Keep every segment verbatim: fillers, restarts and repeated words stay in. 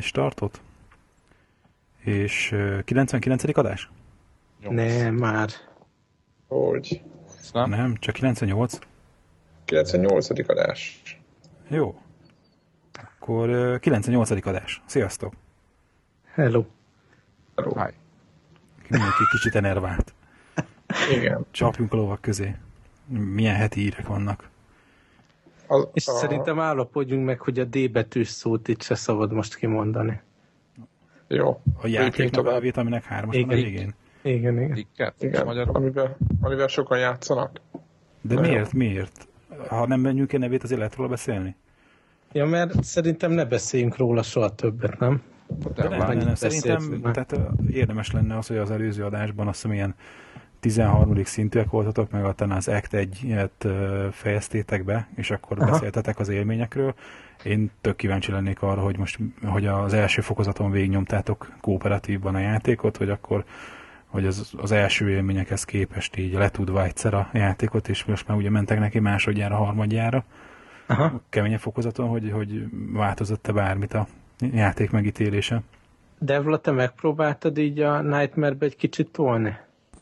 egy startot, és kilencvenkilencedik adás? Nem, már. Hogy? Nem? Nem, csak kilencvennyolc. kilencvennyolcadik adás. Jó. Akkor kilencvennyolcadik adás. Sziasztok! Hello! Hello! Hi! Mindenki kicsit enervált. Igen. Csapjunk a lovak közé. Milyen heti hírek vannak. A, És a... szerintem állapodjunk meg, hogy a D betűs szót itt se szabad most kimondani. Jó. A játék nevét, aminek hármas van a végén. Igen, igen. Dikket, igen. Amivel, amivel sokan játszanak. De miért, miért? Ha nem menjünk a nevét, azért lehet róla beszélni? Ja, mert szerintem ne beszéljünk róla soha többet, nem? De nem, nem, nem. Szerintem tehát érdemes lenne az, hogy az előző adásban azt hiszem ilyen tizenharmadik szintűek voltatok, meg aztán az Act egyet fejeztétek be, és akkor Aha. beszéltetek az élményekről. Én tök kíváncsi lennék arra, hogy most hogy az első fokozaton végignyomtátok kooperatívban a játékot, hogy akkor hogy az, az első élményekhez képest így letudva egyszer a játékot, és most már ugye mentek neki másodjára, harmadjára. Aha. Keményebb fokozaton, hogy, hogy változott-e bármit a játék megítélése. Devla, te megpróbáltad így a Nightmare-be egy kicsit tolni?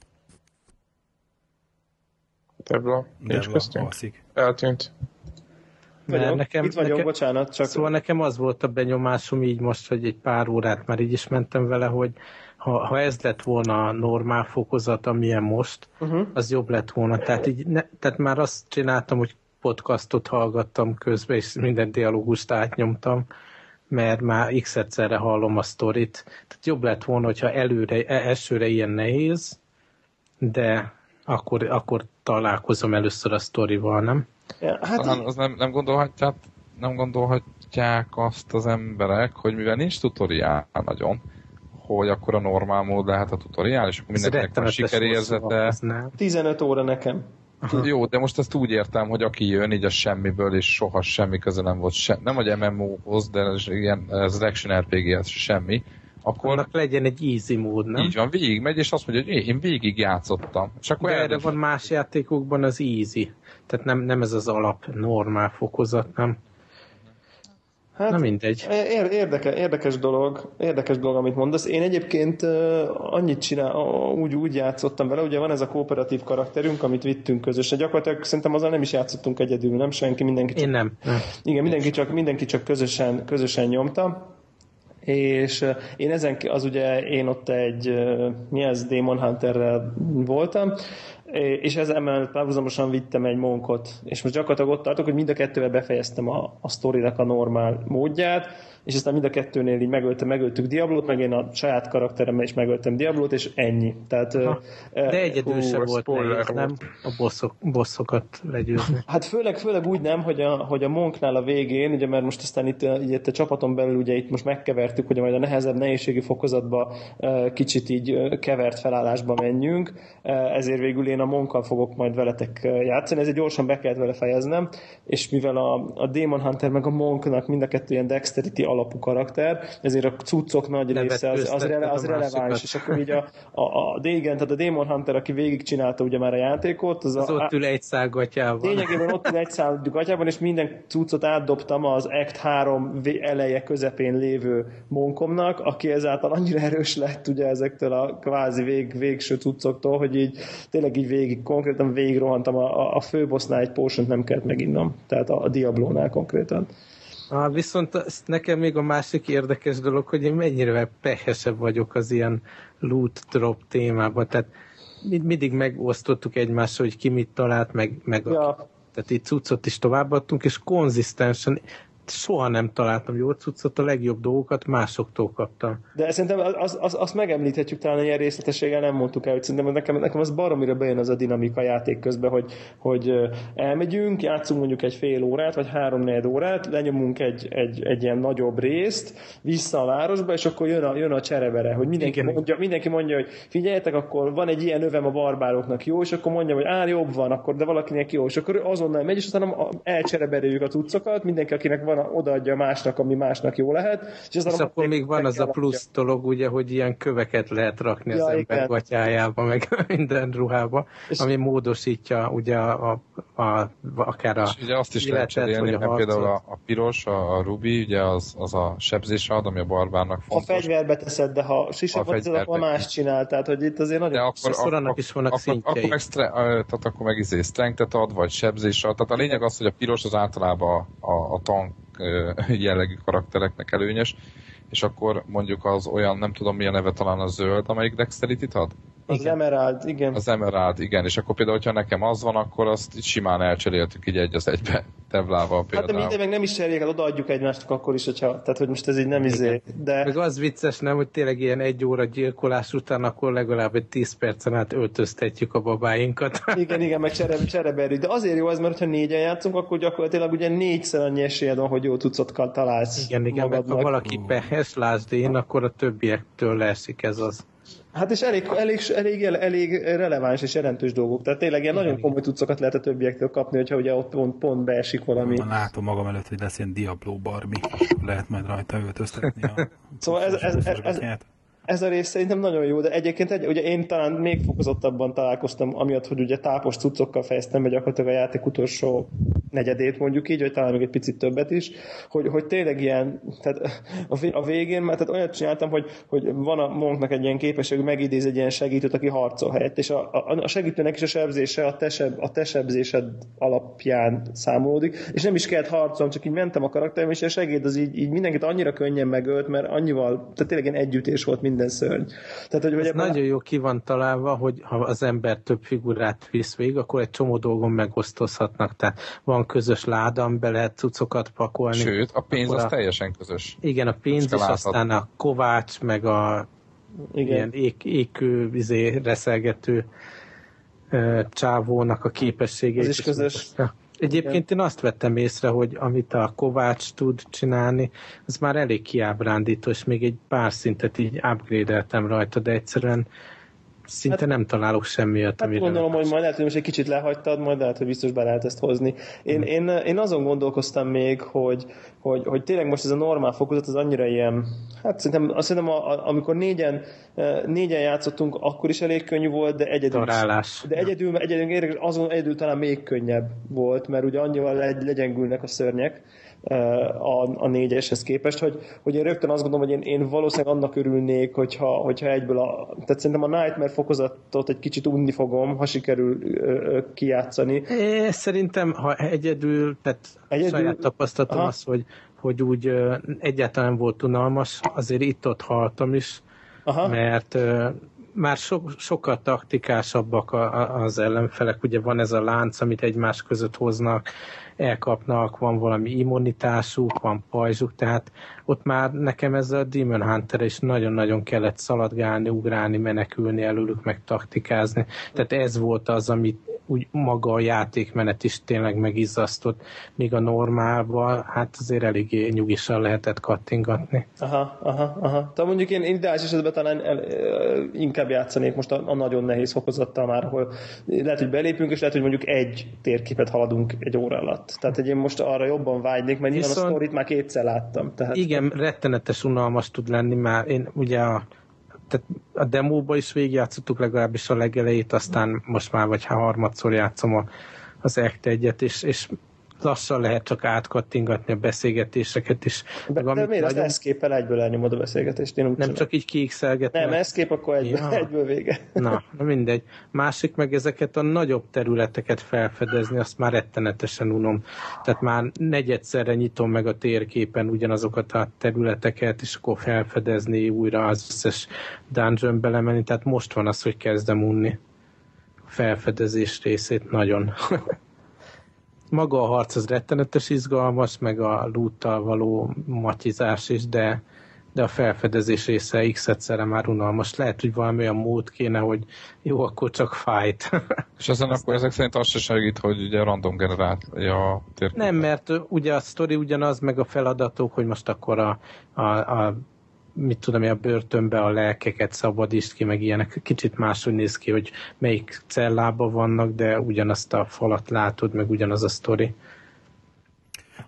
Devla, nincs köztünk. Alszik. Eltűnt. Vagyok, nekem, itt vagyok, nekem, bocsánat. Csak... Szóval nekem az volt a benyomásom így most, hogy egy pár órát már így is mentem vele, hogy ha, ha ez lett volna a normál fokozat, amilyen most, uh-huh. az jobb lett volna. Tehát, így ne, tehát már azt csináltam, hogy podcastot hallgattam közben, és minden dialógust átnyomtam, mert már x-egyszerre hallom a sztorit. Tehát jobb lett volna, hogyha előre, elsőre ilyen nehéz, de akkor, akkor találkozom először a sztorival, nem? Ja, hát Talán az nem, nem, gondolhatják, nem gondolhatják azt az emberek, hogy mivel nincs tutoriál nagyon, hogy akkor a normál mód lehet a tutoriál, és akkor mindenkinek van sikerérzete. tizenöt óra nekem. Aha. Jó, de most ezt úgy értem, hogy aki jön így a semmiből, és soha semmi köze nem volt, se, nem hogy em em o-hoz, de ez, ilyen, ez Action er pé gé-hez semmi, akkor... Annak legyen egy easy mód, nem? Így van, végig megy, és azt mondja, hogy én végig játszottam. És akkor de erre van más játékokban az easy. Tehát nem, nem ez az alap normál fokozat, nem? Hát, na mindegy. Érdeke, érdekes dolog, érdekes dolog, amit mondasz. Én egyébként uh, annyit csinál, uh, úgy, úgy játszottam vele, ugye van ez a kooperatív karakterünk, amit vittünk közösen. Gyakorlatilag szerintem azzal nem is játszottunk egyedül, nem senki, mindenki csak... Én nem. nem. Igen, mindenki csak, mindenki csak közösen, közösen nyomta. És uh, én ezen, az ugye én ott egy, uh, mi ez, Demon Hunterrel voltam, és ezzel emellett párhuzamosan vittem egy monkot, és most gyakorlatilag ott tartok, hogy mind a kettővel befejeztem a, a sztorinak a normál módját, és aztán mind a kettőnél így megöltem, megöltük Diablót, meg én a saját karakteremmel is megöltem Diablót, és ennyi. Tehát, de egyedül sem volt nehéz, nem? A bosszok, bosszokat legyőzni. Hát főleg, főleg úgy nem, hogy a, hogy a monknál a végén, ugye, mert most aztán itt, itt a csapaton belül ugye itt most megkevertük, hogy majd a nehezebb nehézségi fokozatba kicsit így kevert felállásba menjünk, ezért végül én a monkkal fogok majd veletek játszani, ezért gyorsan be kellett vele fejeznem, és mivel a, a Demon Hunter meg a monknak mind a kettő ilyen dexterity alapú karakter, ezért a cuccok nagy része az, az, rele, az releváns, és akkor így a, a, a, de igen, tehát a Demon Hunter, aki végigcsinálta ugye már a játékot, az, az a, ott ül egy szál gatyában. Lényegében ott ül egy szál gatyában, és minden cuccot átdobtam az Act három eleje közepén lévő monkomnak, aki ezáltal annyira erős lett ugye ezektől a kvázi vég, végső cuccoktól, hogy így tényleg így végig, konkrétan végig rohantam a, a főbossnál egy potion nem kellett meginnom, tehát a, a Diablónál konkrétan. Ah, viszont nekem még a másik érdekes dolog, hogy én mennyire pehesebb vagyok az ilyen loot drop témában, tehát mindig megosztottuk egymással, hogy ki mit talált, meg, meg ja. a, tehát itt cuccot is továbbadtunk, és konzisztensen soha nem találtam jó cuccot, a legjobb dolgokat másoktól kaptam. De szerintem az, az, azt megemlíthetjük, talán ilyen részletességgel nem mondtuk el, hogy szerintem nekem, nekem az baromira bejön az a dinamika játék közben, hogy, hogy elmegyünk, játszunk mondjuk egy fél órát, vagy három-négy órát, lenyomunk egy, egy, egy ilyen nagyobb részt, vissza a városba, és akkor jön a, jön a cserebere, hogy mindenki mondja, mindenki mondja, hogy figyeljetek, akkor van egy ilyen övem a barbároknak jó, és akkor mondja, hogy á, jobb van, akkor de valakinek jó, és akkor azonnal megy, és aztán elcserebereljük a cuccokat, mindenki, akinek van odaadja másnak, ami másnak jó lehet. És, és akkor még van az a plusz dolog, ugye, hogy ilyen köveket lehet rakni ja, az ember gatyájába, meg minden ruhába, és ami módosítja ugye a, a, a, akár a és ugye azt is lehet cserélni, mert például a, a piros, a, a rubi, ugye az, az a sebzésre ad, ami a barbárnak fontos. A fegyverbe teszed, de ha sisakba teszed, akkor más csinál, tehát hogy itt azért nagyon... De akkor, akkor annak is vannak akkor, szintjei. Akkor meg, stre, tehát akkor meg izé strength-et ad, vagy sebzésre ad. Tehát a lényeg az, hogy a piros az általában a, a, a tank jellegű karaktereknek előnyös, és akkor mondjuk az olyan, nem tudom milyen neve, talán a zöld, amelyik dexterity-t ad? Az igen. Emerald, igen. Az Emerald, igen, és akkor például, hogyha nekem az van, akkor azt simán elcseréltük így egy az egybe Tevlával például. Hát de minden meg nem is cseréljük, hát odaadjuk egymásnak akkor is, hogyha, tehát hogy most ez így nem izé, de... Meg az vicces, nem, hogy tényleg ilyen egy óra gyilkolás után akkor legalább egy tíz percen át öltöztetjük a babáinkat. Igen, igen, meg csere, csereberjük, de azért jó ez, mert ha négyen játszunk, akkor gyakorlatilag ugye négyszer annyi esélyed van, hogy jó cuccot találsz. Igen, igen, meg ha valaki pehes, lásd én, akkor a többiektől leesik ez az. Hát és elég, elég, elég, elég releváns és jelentős dolgok. Tehát tényleg ilyen igen, nagyon komoly cuccokat lehet a többiektől kapni, hogyha ugye ott pont, pont beesik valami. Látom magam előtt, hogy lesz ilyen Diablo Barbie, lehet majd rajta öltöztetni a... Szóval ez, ez, ez, ez, ez a rész szerintem nagyon jó, de egyébként egy, ugye én talán még fokozottabban találkoztam, amiatt, hogy ugye tápos cuccokkal fejeztem be gyakorlatilag a játék utolsó negyedét mondjuk így, vagy talán még egy picit többet is, hogy, hogy tényleg ilyen, tehát a végén már tehát olyat csináltam, hogy, hogy van a Monknak egy ilyen képesség, hogy megidéz egy ilyen segítőt, aki harcol helyett, és a, a, a segítőnek is a sebzése a te, seb, a te sebzésed alapján számolódik, és nem is kellett harcolnom, csak így mentem a karakterem, és a segéd az így, így mindenkit annyira könnyen megölt, mert annyival, tehát tényleg ilyen együttés volt minden szörny. Tehát, hogy, hogy ez nagyon jó ki van találva, hogy ha az ember több figurát visz végig, akkor egy csomó dolgon megosztozhatnak. Tehát van közös láda, amiben lehet cuccokat pakolni. Sőt, a pénz az a, teljesen közös. Igen, a pénz is, aztán a kovács, meg a igen. ilyen ék, ékő, izé, reszelgető uh, csávónak a képessége. Ez is közös. Ja. Egyébként én azt vettem észre, hogy amit a Kovács tud csinálni, az már elég kiábrándító, és még egy pár szintet így upgrade-eltem rajta, de egyszerűen szinte hát, nem találok semmiért. Hát gondolom, hogy majd lehet, hogy most egy kicsit lehagytad, majd lehet, hogy biztos be lehet ezt hozni. Én, hmm. én, én azon gondolkoztam még, hogy, hogy, hogy tényleg most ez a normál fokozat az annyira ilyen, hát szerintem, azt szerintem a, a, amikor négyen, négyen játszottunk, akkor is elég könnyű volt, de egyedül, Darálás. de egyedül, egyedül, azon egyedül talán még könnyebb volt, mert ugye annyival legy, legyengülnek a szörnyek a, a négyeshez képest, hogy, hogy én rögtön azt gondolom, hogy én, én valószínűleg annak örülnék, hogyha, hogyha egyből a, tehát szerintem a Nightmare fokozatot egy kicsit unni fogom, ha sikerül ö, ö, kijátszani. É, szerintem, ha egyedül, tehát egyedül, saját tapasztalatom aha. az, hogy, hogy úgy ö, egyáltalán nem volt unalmas, azért itt-ott haltam is, aha. mert ö, már so, sokkal taktikásabbak a, a, az ellenfelek, ugye van ez a lánc, amit egymás között hoznak, elkapnak, van valami immunitásuk, van pajzsuk, tehát ott már nekem ez a Demon Hunter is nagyon-nagyon kellett szaladgálni, ugrálni, menekülni előlük, meg taktikázni. Tehát ez volt az, amit úgy maga a játékmenet is tényleg megizzasztott, míg a normálban, hát azért eléggé nyugisan lehetett kattingatni. Aha, aha, aha. Tehát mondjuk én ideális esetben talán el, inkább játszanék most a, a nagyon nehéz fokozattal már, ahol lehet, hogy belépünk, és lehet, hogy mondjuk egy térképet haladunk egy óra alatt. Tehát, hogy én most arra jobban vágynék, mert nyilván Viszont, a sztorit már kétszer láttam. Tehát... Igen, rettenetes unalmas tud lenni, már én ugye a tehát a demóba is végigjátszottuk legalábbis a legelejét, aztán most már vagy harmadszor játszom a, az Act egyet, és, és lassan lehet csak átkattingatni a beszélgetéseket is. De, de miért az eszképpel egyből elnyomod a beszélgetést? Én nem csinál. Csak így kiixelgetni. Nem, eszkép, akkor egyből, ja. egyből vége. Na, na, mindegy. Másik meg ezeket a nagyobb területeket felfedezni, azt már rettenetesen unom. Tehát már negyedszerre nyitom meg a térképen ugyanazokat a területeket, és akkor felfedezni újra az összes dungeon belemenni. Tehát most van az, hogy kezdem unni a felfedezés részét nagyon. Maga a harc az rettenetes izgalmas, meg a loottal való matyizás is, de, de a felfedezés része x-egyszerre már unalmas. Lehet, hogy valami olyan mód kéne, hogy jó, akkor csak fight. És ezen akkor ezek szerint azt se segít, hogy ugye random generálja a térképet. Nem, mert ugye a sztori ugyanaz, meg a feladatok, hogy most akkor a, a, a mit tudom, a börtönbe a lelkeket szabadítsd ki, meg ilyenek. Kicsit máshogy néz ki, hogy melyik cellában vannak, de ugyanazt a falat látod, meg ugyanaz a sztori.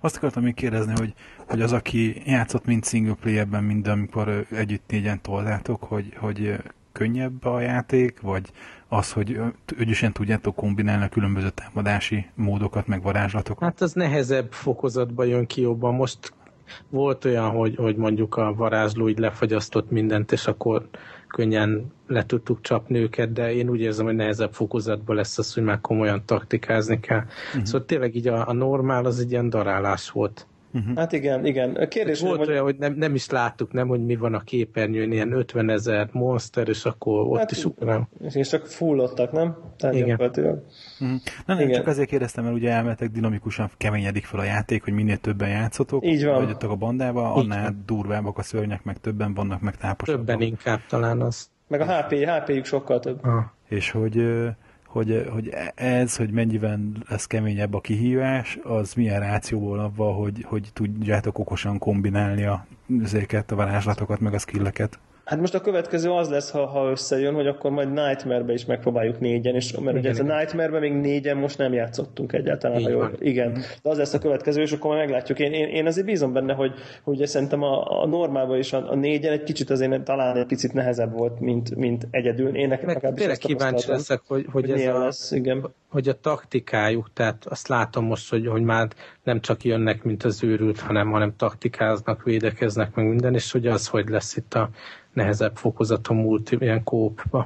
Azt akartam még kérdezni, hogy, hogy az, aki játszott mind single playerben, mind amikor együtt négyen toltátok, hogy, hogy könnyebb a játék, vagy az, hogy ügyesen tudjátok kombinálni a különböző támadási módokat, meg varázslatokat? Hát az nehezebb fokozatban jön ki jobban. Most volt olyan, hogy, hogy mondjuk a varázsló így lefagyasztott mindent, és akkor könnyen le tudtuk csapni őket, de én úgy érzem, hogy nehezebb fokozatban lesz az, hogy már komolyan taktikázni kell. Uh-huh. Szóval tényleg így a, a normál az egy ilyen darálás volt. Uh-huh. Hát igen, igen. A kérdés, volt hogy... olyan, hogy nem, nem is láttuk, nem, hogy mi van a képernyőn, ilyen ötvenezer monster, és akkor ott hát, is ugrám. És csak fullottak, nem? Tehát igen. Uh-huh. Na, nem, igen. Csak azért kérdeztem, mert ugye elmetek dinamikusan keményedik fel a játék, hogy minél többen játszotok, így van. vagyottak a bandába, annál durvábbak a szörnyek, meg többen vannak, meg táposabbak. Többen inkább talán az. Meg a há pé, há péjük sokkal több. Ah. És hogy... Hogy, hogy ez, hogy mennyiben lesz keményebb a kihívás, az milyen rációból abban, hogy, hogy tudjátok okosan kombinálni a, ezeket, a varázslatokat, meg a skilleket? Hát most a következő az lesz, ha, ha összejön, hogy akkor majd Nightmare-be is megpróbáljuk négyen, és, mert igen, ugye ez a Nightmare-be még négyen most nem játszottunk egyáltalán. Jól, igen, de az lesz a következő, és akkor majd meglátjuk. Én, én, én azért bízom benne, hogy, hogy ugye szerintem a, a normálban is a, a négyen egy kicsit azért talán egy picit nehezebb volt, mint, mint egyedül. Én nekem meg tényleg kíváncsi leszek, hogy, hogy, hogy, ez a, lesz, igen. hogy a taktikájuk, tehát azt látom most, hogy, hogy már nem csak jönnek, mint az őrült, hanem, hanem taktikáznak, védekeznek, meg minden, és hogy az, hogy lesz itt a nehezebb fokozaton múlt ilyen kópba.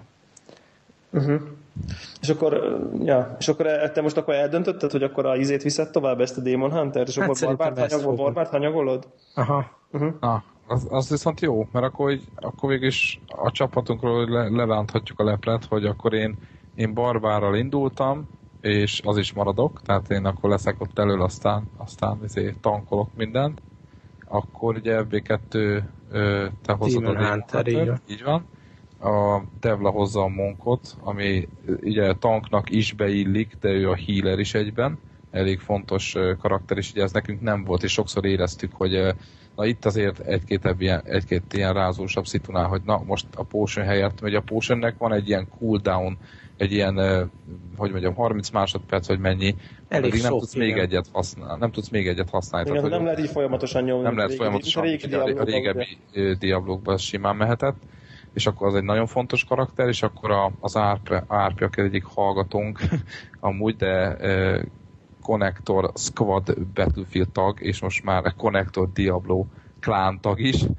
Uh-huh. És akkor, ja, és akkor te most akkor eldöntötted, hogy akkor a izét viszed tovább, ezt a Demon Hunter-t, és hát akkor barbárt, hanyagol, barbárt hanyagolod? Aha. Uh-huh. Na, az, az viszont jó, mert akkor, akkor végülis a csapatunkról le, levánthatjuk a leplet, hogy akkor én, én barbárral indultam, és az is maradok, tehát én akkor leszek ott elől, aztán, aztán azért tankolok mindent. Akkor ugye ef bé kettő te hozod a Demon Hunter, így, így van. A Devla hozza a Monkot, ami ugye tanknak is beillik, de ő a healer is egyben. Elég fontos karakter, és ugye ez nekünk nem volt, és sokszor éreztük, hogy na itt azért egy-két ilyen, egy-két ilyen rázósabb szitunál, hogy na most a potion helyett, vagy a potionnek van egy ilyen cooldown, egy ilyen, hogy mondjam, harminc másodperc, vagy mennyi, elég nem sok, tudsz még egyet használni, nem tudsz még egyet használni. Igen, tehát, nem lehet így folyamatosan nyomni. Nem lehet folyamatosan, régi a régebbi Diablókban simán mehetett, és akkor az egy nagyon fontos karakter, és akkor a, az Árpi, aki egyik hallgatónk amúgy, de uh, Connector Squad Battlefield tag, és most már Connector Diablo klán tag is, uh,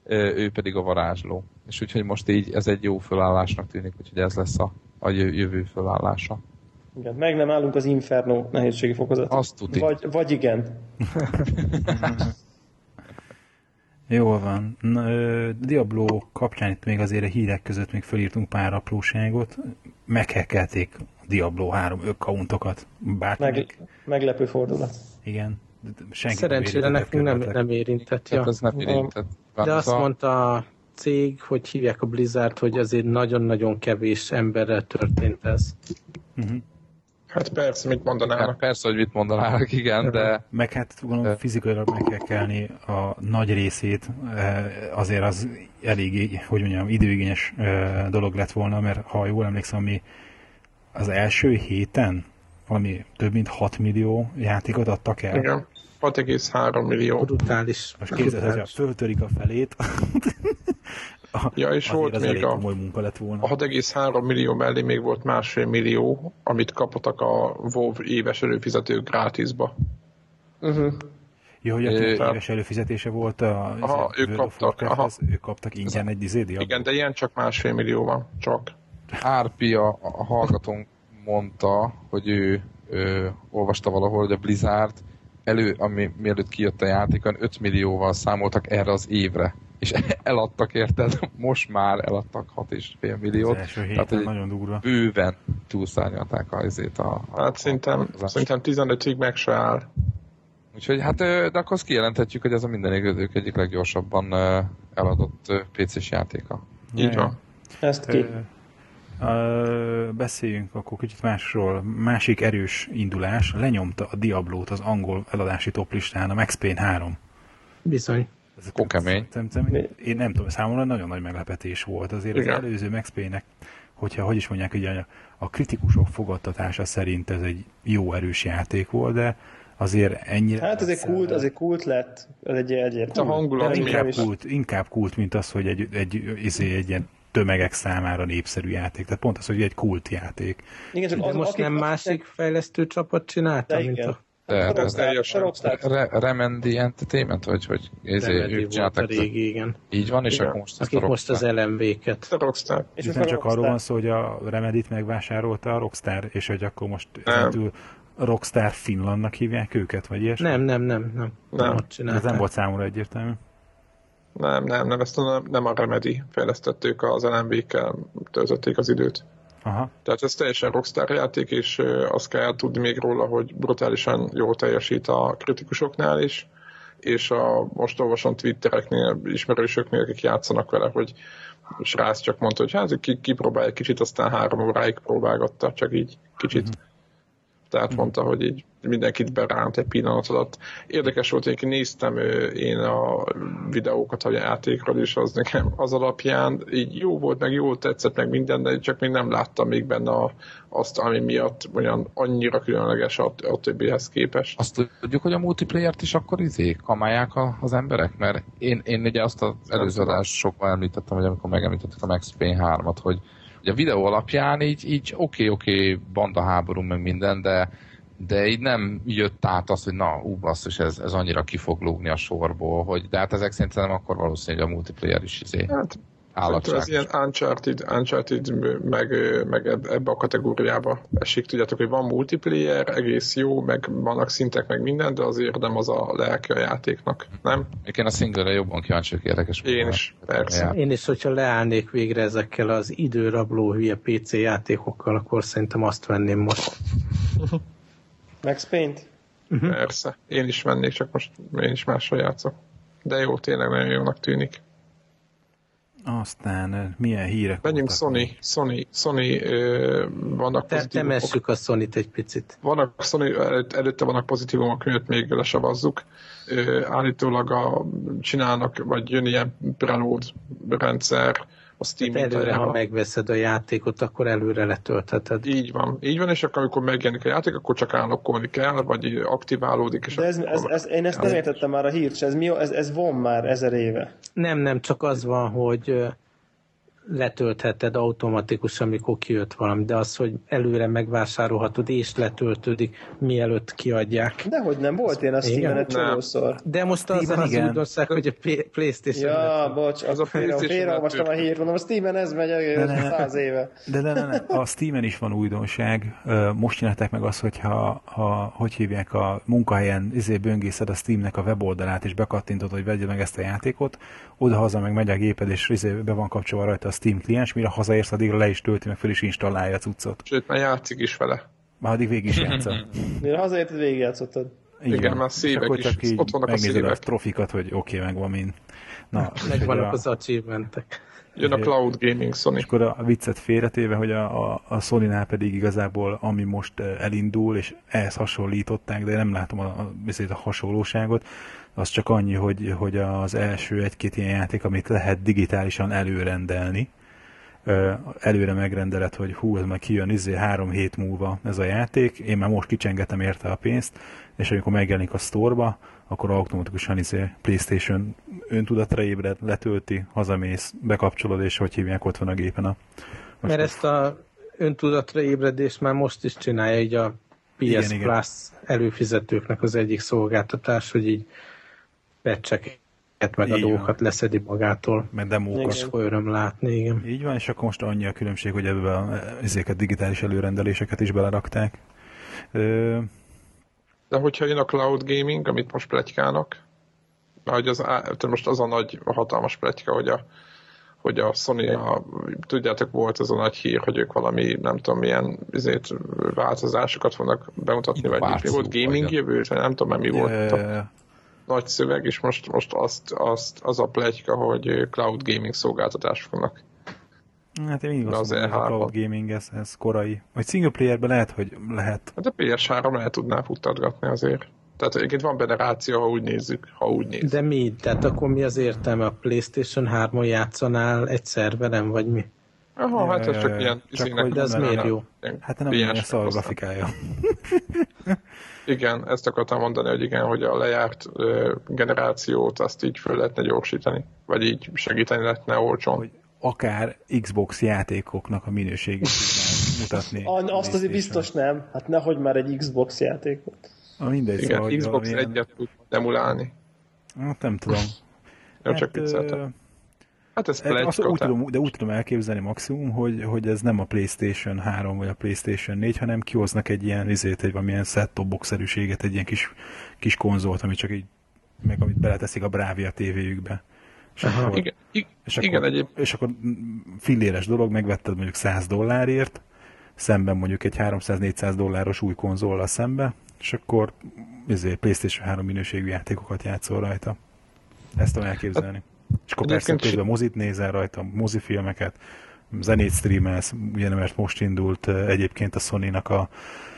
ő pedig a varázsló. És úgyhogy most így ez egy jó fölállásnak tűnik, úgyhogy ez lesz a, a jövő fölállása. Igen, meg nem állunk az Inferno nehézségi fokozat. Azt tudni. Vagy, vagy igen. Jól van. Na, Diablo kapcsán itt még azért a hírek között még felírtunk pár apróságot. Meghekkelték a Diablo három accountokat. Meg, meglepő fordulat. Igen. Szerencsére nekünk nem, nem érintett. Ja. Ez nem érintett. De azt mondta a cég, hogy hívják a Blizzard, hogy azért nagyon-nagyon kevés emberrel történt ez. Uh-huh. Hát persze, mit mondanának. Hát persze, hogy mit mondanának, igen, de... Meg hát gondolom fizikailag meg kell kelni a nagy részét, azért az elég, hogy mondjam, időigényes dolog lett volna, mert ha jól emlékszem, ami az első héten valami több mint hat millió játékot adtak el. Igen, hat egész három millió. Brutális. Most képzeld, hogy föltörik a felét. A, ja, és volt még a, munka lett volna. a hat egész három millió mellé még volt másfél millió, amit kaptak a WoW éves előfizetők grátisba. Uh-huh. Jó, hogy a éves előfizetése volt a aha, ők kaptak, aha. ők kaptak ingyen egy dizédi. Igen, de ilyen csak másfél millió van, csak. Árpi a, a hallgatónk mondta, hogy ő, ő olvasta valahol, hogy a Blizzard elő, ami mielőtt kijött a játékon, öt millióval számoltak erre az évre. És eladtak, érted? Most már eladtak hat egész öt milliót. Tehát, hogy nagyon durva. Bőven túlszárnyalták a helyzét a... a hát szerintem, szerintem tizenötig meg se áll. Úgyhogy hát, de akkor azt kijelenthetjük, hogy ez a minden idők egyik leggyorsabban eladott pé cés játéka. Így van. Ezt ki. Uh, beszéljünk akkor kicsit másról. Másik erős indulás lenyomta a Diablót az angol eladási toplistán, a Max Payne három. Bizony. Ez kemény. Én nem tudom, számomra nagyon nagy meglepetés volt. Azért igen. Az előző Max Payne-nek, hogyha, hogy is mondják, hogy a, a kritikusok fogadtatása szerint ez egy jó erős játék volt, de azért ennyire... Hát azért kult, azért kult lett, ez egy egyértelmű. A hangulat inkább kult, inkább kult, mint az, hogy egy, egy, egy, egy ilyen tömegek számára népszerű játék. Tehát pont az, hogy egy kult játék. Igen, csak az, most nem másik fejlesztő csapat csinálta, mint a... De, de Remedy Entertainment, vagy hogy ők csináltak. Régi, igen. Így van, és igen. akkor most Akik most az el em vé-ket. A Rockstar. És nem csak arról van szó, hogy a Remedy-t megvásárolta a Rockstar, és hogy akkor most ezentúl Rockstar Finlandnak hívják őket, vagy ilyesmi? Nem, nem, nem. nem. nem. Ez nem volt számomra egyértelmű. Nem, nem, nem, ezt a, nem a Remedy fejlesztettük, az el em vé-kkel töltötték az időt. Aha. Tehát ez teljesen Rockstar játék, és azt kell tudni még róla, hogy brutálisan jól teljesít a kritikusoknál is, és a, most olvasom Twittereknél, ismerősöknél, akik játszanak vele, hogy srác csak mondta, hogy hát ki, kipróbálja kicsit, aztán három óráig próbálgatta, csak így kicsit. Mm-hmm. Tehát mm-hmm. mondta, hogy így mindenkit beránt egy pillanat alatt. Érdekes volt, hogy néztem én a videókat a játékról, és az nekem az alapján így jó volt, meg jól tetszett, meg minden, de csak még nem láttam még benne a, azt, ami miatt olyan annyira különleges a, a többihez képest. Azt tudjuk, hogy a multiplayert is akkor izé kamálják a, az emberek? Mert én, én ugye azt az előző adásokban említettem, hogy amikor megemlítettük a Max Payne hármat, hogy a videó alapján így, így oké, oké, banda háború, meg minden, de de így nem jött át az, hogy na, ú, basszus, ez, ez annyira ki fog lógni a sorból, hogy de hát ezek szerint nem akkor valószínű, hogy a multiplayer is izé hát, állatság. Ez ilyen Uncharted, Uncharted meg, meg ebbe a kategóriába esik. Tudjátok, hogy van multiplayer, egész jó, meg vannak szintek, meg minden, de azért nem az a lelke a játéknak, nem? Én a single-re jobban kíváncsi, hogy érdekes. Én is, persze. Én is, hogyha leállnék végre ezekkel az időrabló hülye pé cé játékokkal, akkor szerintem azt venném most. Max Payne-t? Uh-huh. Persze. Én is vennék, csak most én is máshol játszok. De jó, tényleg nagyon jónak tűnik. Aztán milyen hírek menjünk Sony. Sony, Sony ö, vannak Te, pozitívumok. Temessük a Sony-t egy picit. Vannak Sony, előtt, előtte vannak pozitívumok, miatt még lesavazzuk. Ö, állítólag a, csinálnak, vagy jön ilyen preload rendszer, a Steam előre, ha megveszed a játékot, akkor előre letöltheted. Így van. Így van, és akkor amikor megjelenik a játék, akkor csak állokkolni kell, vagy aktiválódik. És de ez, ez, ez, én ezt nem értettem már a hírt, ez, mi, ez, ez van már ezer éve. Nem, nem, csak az van, hogy letöltheted automatikusan, amikor kijött valami, de az, hogy előre megvásárolhatod és letöltődik, mielőtt kiadják. Dehogy nem, volt én a Steam-en egy csomószor. De most az az újdonság, hogy a PlayStation... Ja, bocs, az a félreolvastam a hírt, mondom, a Steam-en ez megy száz éve. De, de, de, de, a Steam-en is van újdonság. Most csinálták meg azt, hogyha, ha, hogy hívják, a munkahelyen izé böngészed a Steamnek a weboldalát, és bekattintod, hogy vegyed meg ezt a játékot, oda-haza meg megy a géped, és izé be van kapcsolva rajta a Steam kliens, mire hazaérsz, addigra le is tölti, meg fel is installálja a cuccot. Sőt, már játszik is vele. Már addig végig is játszott. Mire hazaérted, végig játszottad. Igen, már szívek is, így ott vannak a szívek. A trofikat, hogy oké, okay, megvan mind. Na, megvannak az achievementek. Jön a cloud gaming Sony. És akkor a viccet félretéve, hogy a, a, a Sony-nál pedig igazából, ami most elindul, és ehhez hasonlították, de nem látom a, a, a hasonlóságot, az csak annyi, hogy, hogy az első egy-két ilyen játék, amit lehet digitálisan előrendelni, előre megrendelet, hogy hú, ez meg kijön izé három hét múlva ez a játék, én már most kicsengetem érte a pénzt, és amikor megjelenik a sztorba, akkor automatikusan izé PlayStation öntudatra ébred, letölti, hazamész, bekapcsolod, és hogy hívják, ott van a gépen a... Mert ezt a öntudatra ébredést már most is csinálja így a pé es igen, Plus igen. előfizetőknek az egyik szolgáltatás, hogy így patcheket meg a dolgokat leszedi magától. Meg demókat. És öröm látni, igen. Így van, és akkor most annyi a különbség, hogy ebben ezeket digitális előrendeléseket is belerakták. Ö... De hogyha jön a cloud gaming, amit most pletykálnak, hogy az, most az a nagy, a hatalmas pletyka, hogy a, hogy a Sony, a, tudjátok, volt az a nagy hír, hogy ők valami, nem tudom, milyen izét, változásokat fognak bemutatni, vagy mi volt, gaming jövőt, nem tudom, mert mi volt a nagy szöveg, és most, most azt, azt, az a pletyka, hogy cloud gaming szolgáltatást fognak. Hát én mindig azt mondom, hogy a cloud gaming, ez, ez korai. Vagy single playerben lehet, hogy lehet. De pé es három lehet tudná futtatgatni azért. Tehát egyébként van benne ráció, ha úgy nézzük, ha úgy nézzük. De mi? Tehát akkor mi az értelme? A PlayStation hármon játszanál egy szerveren, vagy mi? Aha, hát ez csak ilyen... Csak hogy de az miért jó? Hát nem ilyen szar grafikája. Igen, ezt akartam mondani, hogy igen, hogy a lejárt ö, generációt azt így föl lehetne gyorsítani, vagy így segíteni lehetne olcsón. Hogy akár Xbox játékoknak a minőségét mutatni. A, azt azért biztos nem. Hát nehogy már egy Xbox játékot. A mindegy, igen, szóval, Xbox ilyen... egyet tud emulálni. Hát nem tudom. Jó, hát, csak vicceltem. Hát ez azt úgy tudom, de úgy tudom elképzelni maximum, hogy, hogy ez nem a PlayStation három vagy a PlayStation négy, hanem kihoznak egy ilyen izét, egy valamilyen set-top box-szerűséget, egy ilyen kis, kis konzolt, amit csak így, meg amit beleteszik a Bravia tévéjükbe. És Aha, akkor, igen, és igen akkor, egyéb... és akkor filléres dolog, megvetted mondjuk száz dollárért, szemben mondjuk egy háromszáz-négyszáz dolláros új konzollal szembe, és akkor ezért PlayStation három minőségű játékokat játszol rajta. Ezt tudom elképzelni. Hát, és akkor persze közben mozit nézel rajta, mozifilmeket, zenét streamelsz, ugye mert most indult egyébként a Sony-nak a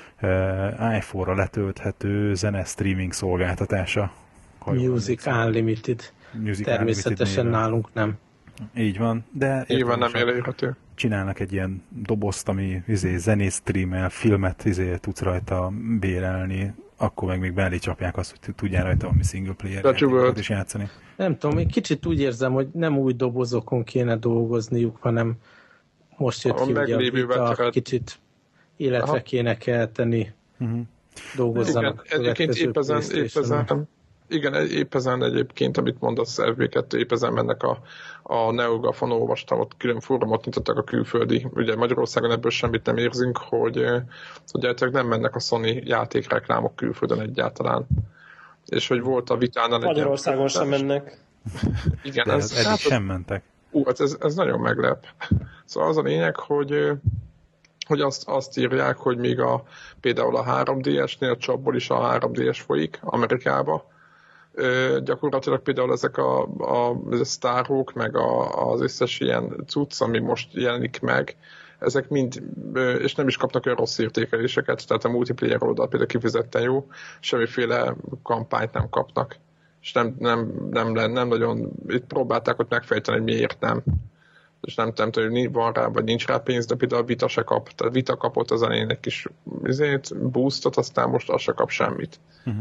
iPhone-ra letölthető zene streaming szolgáltatása. Music Unlimited. Music Természetesen Unlimited nálunk nem. Így van, de nyilván nem elérhető. Csinálnak egy ilyen dobozt, ami izé, zenét streamel, filmet izé, tudsz rajta bérelni, akkor meg még belé csapják azt, hogy tudjál rajta valami single player játékokat is játszani. Nem tudom, én kicsit úgy érzem, hogy nem új dobozokon kéne dolgozniuk, hanem most jött a ki ugye a vita, kicsit életre Aha. kéne kelteni, uh-huh. dolgozzanak. Igen, egyébként épp ezen, épp ezen, igen, épp ezen egyébként, amit mondasz, ef bé kettő, épp ezen mennek a, a NeoGAF-on olvastam, ott külön fórumot nyitottak a külföldi, ugye Magyarországon ebből semmit nem érzünk, hogy, hogy nem mennek a Sony játékreklámok külföldön egyáltalán. És hogy volt a vitánál... Magyarországon sem mennek. Igen, de ez, eddig sem mentek. Ú, hát ez, ez nagyon meglep. Szóval az a lényeg, hogy, hogy azt, azt írják, hogy még a, például a három dé esnél, a csapból is a három dé es folyik Amerikába. Ö, gyakorlatilag például ezek a, a, a Starhawk, meg a, az összes ilyen cucc, ami most jelenik meg, ezek mind, és nem is kapnak olyan rossz értékeléseket, tehát a multiplayer oldal például kifejezetten jó, semmiféle kampányt nem kapnak. És nem, nem, nem, nem, nem nagyon, itt próbálták ott megfejteni, hogy miért nem. És nem, nem tudom, hogy van rá, vagy nincs rá pénz, de például a Vita se kap. Tehát Vita kapott az elején egy kis izét, boostot, aztán most az se kap semmit. Uh-huh.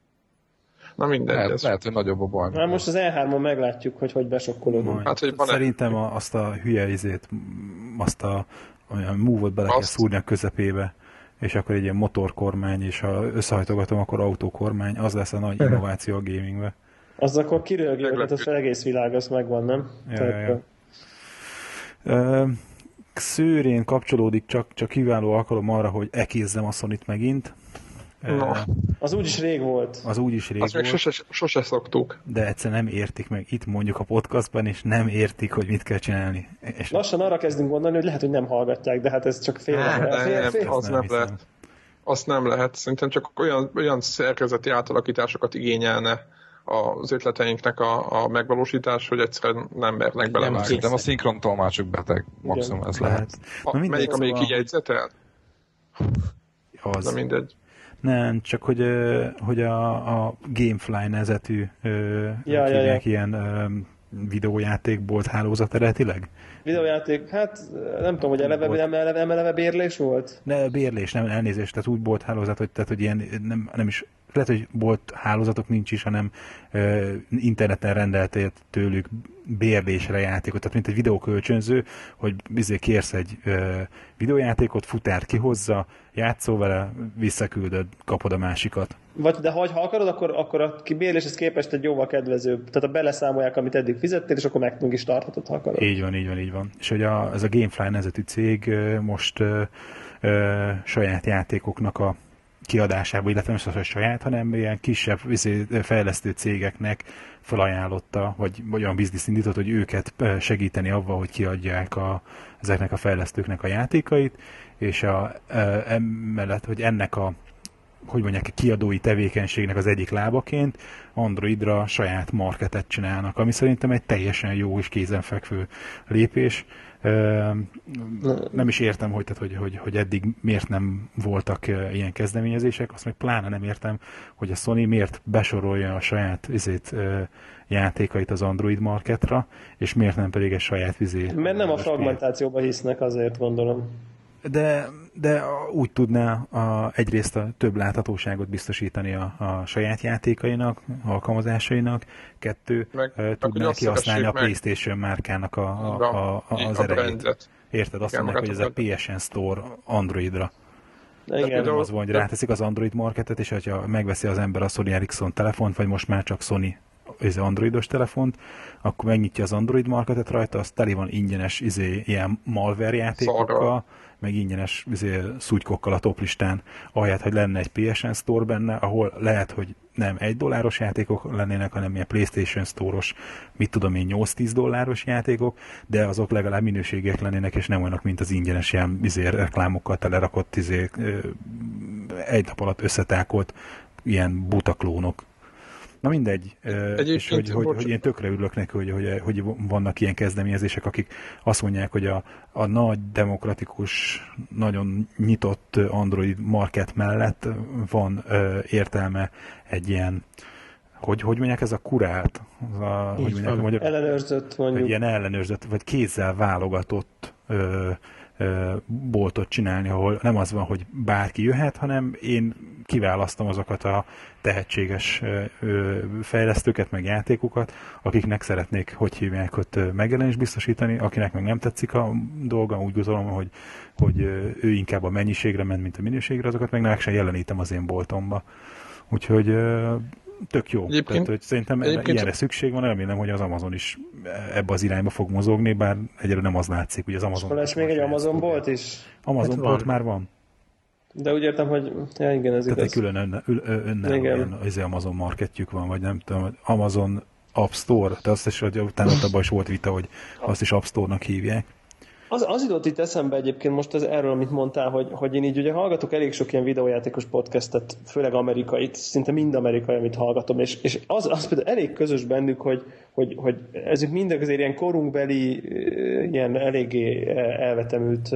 Na mindegy. Lehet, lehet, hogy nagyobb a baj. Na most az E hármon meglátjuk, hogy hogy besokkolódunk. Hát, hogy szerintem a, azt a hülye izét, azt a olyan move-ot bele kell szúrni a közepébe, és akkor egy ilyen motorkormány, és ha összehajtogatom, akkor autókormány, az lesz a nagy innováció a gamingbe. Az akkor kirögli, tehát az egész világ, az megvan, nem? Ja, Tehát, ja. Uh, Szőrén kapcsolódik, csak, csak kiváló alkalom arra, hogy ekézzem a Sony-t megint. No. Uh, az úgyis rég volt. Az úgyis rég Azt volt. Azt sose, sose szoktuk. De egyszer nem értik meg. Itt mondjuk a podcastban, és nem értik, hogy mit kell csinálni. És lassan arra kezdünk gondolni, hogy lehet, hogy nem hallgatják, de hát ez csak fél. Nem, fél, fél. Az nem, nem lehet. Azt nem lehet. Szerintem csak olyan, olyan szerkezeti átalakításokat igényelne az ötleteinknek a, a megvalósítás, hogy egyszerűen nem mernek belevágni. Szerintem a szinkrontolmácsuk beteg. Maximum ez lehet. A, Na melyik, amelyik így jegyzetel? Az. Na mindegy. Nem, csak hogy, hogy a, a Gamefly nevezetű ja, ja, ja. ilyen videójátékbolt hálózat eredetileg? Videójáték, hát nem tudom, hogy eleve, nem, eleve, nem eleve bérlés volt? Ne, bérlés, nem elnézést, tehát úgy bolt hálózat, hogy, tehát, hogy ilyen nem, nem is, lehet, hogy bolt hálózatok nincs is, hanem ö, interneten rendeltél tőlük bérlésre játékot, tehát mint egy videókölcsönző, hogy bizony kérsz egy ö, videójátékot, futár kihozza, játszol vele, visszaküldöd, kapod a másikat. Vagy, de ha, ha akarod, akkor, akkor a bérléshez képest egy jóval kedvezőbb. Tehát a beleszámolják, amit eddig fizettél, és akkor meg is tarthatod, ha akarod. Így van, így van, így van. És hogy a, ez a Gamefly nevezetű cég most ö, ö, saját játékoknak a kiadásába, illetve nem az, hogy saját, hanem ilyen kisebb fejlesztő cégeknek felajánlotta, vagy, vagy olyan biznisz indított, hogy őket segíteni avval, hogy kiadják a, ezeknek a fejlesztőknek a játékait, és a, emellett, hogy ennek a hogy mondják, a kiadói tevékenységnek az egyik lábaként Androidra saját marketet csinálnak, ami szerintem egy teljesen jó és kézenfekvő lépés. Nem is értem, hogy, tehát, hogy, hogy, hogy eddig miért nem voltak ilyen kezdeményezések, azt meg pláne nem értem, hogy a Sony miért besorolja a saját izét, játékait az Android marketra, és miért nem pedig egy saját vizé. Mert nem a fragmentációba hisznek, azért gondolom. De, de úgy tudná a, egyrészt a több láthatóságot biztosítani a, a saját játékainak, alkalmazásainak, kettő, meg, tudná kihasználni a PlayStation márkának a, a, a, a, az erejét. Érted? Azt mondják, hogy ez a pé es en Store Androidra. Igen. Nem az van, hogy ráteszik az Android marketet, és ha megveszi az ember a Sony Ericsson telefont, vagy most már csak Sony izé, androidos telefont, akkor megnyitja az Android marketet rajta, az teli van ingyenes izé, ilyen malware játékokkal, Szarra. meg ingyenes izé, szutykokkal a toplistán, ahelyett, hogy lenne egy pé es en Store benne, ahol lehet, hogy nem egy dolláros játékok lennének, hanem ilyen PlayStation Store-os, mit tudom én, nyolc-tíz dolláros játékok, de azok legalább minőségiek lennének, és nem olyanok, mint az ingyenes ilyen izé, reklámokkal telerakott izé, egy nap alatt összetákolt ilyen buta klónok. Na mindegy, Egyébként és hogy, hogy, hogy én tökre örülök neki, hogy, hogy, hogy vannak ilyen kezdeményezések, akik azt mondják, hogy a, a nagy, demokratikus, nagyon nyitott Android market mellett van ö, értelme egy ilyen, hogy, hogy mondják, ez a kurált, az a, hogy mondják, magyar, ellenőrzött mondjuk. Egy ilyen ellenőrzött, vagy kézzel válogatott ö, ö, boltot csinálni, ahol nem az van, hogy bárki jöhet, hanem én kiválasztom azokat a tehetséges ö, fejlesztőket, meg játékokat, akiknek szeretnék, hogy hívják, hogy megjelenést biztosítani, akinek meg nem tetszik a dolga, úgy gondolom, hogy, hogy ő inkább a mennyiségre ment, mint a minőségre, azokat meg meg sem jelenítem az én boltomba. Úgyhogy ö, tök jó. Tehát, hogy szerintem ilyenre szükség van, remélem, hogy az Amazon is ebbe az irányba fog mozogni, bár egyre nem az látszik, hogy az Amazon... És lesz még egy Amazon bolt is? Amazon bolt már van. De úgy értem, hogy ja, igen, ez Tehát igaz. egy külön ön, ön, önálló az Amazon marketjük van, vagy nem tudom, Amazon App Store, de azt is, hogy utána abban is volt vita, hogy azt is App Store-nak hívják. Az, az jutott itt eszembe egyébként most az erről, amit mondtál, hogy, hogy én így ugye hallgatok elég sok ilyen videójátékos podcastet, főleg amerikait, szinte mind amerikai, amit hallgatom, és, és az, az például elég közös bennük, hogy, hogy, hogy ezek mindek azért ilyen korunkbeli, ilyen eléggé elvetemült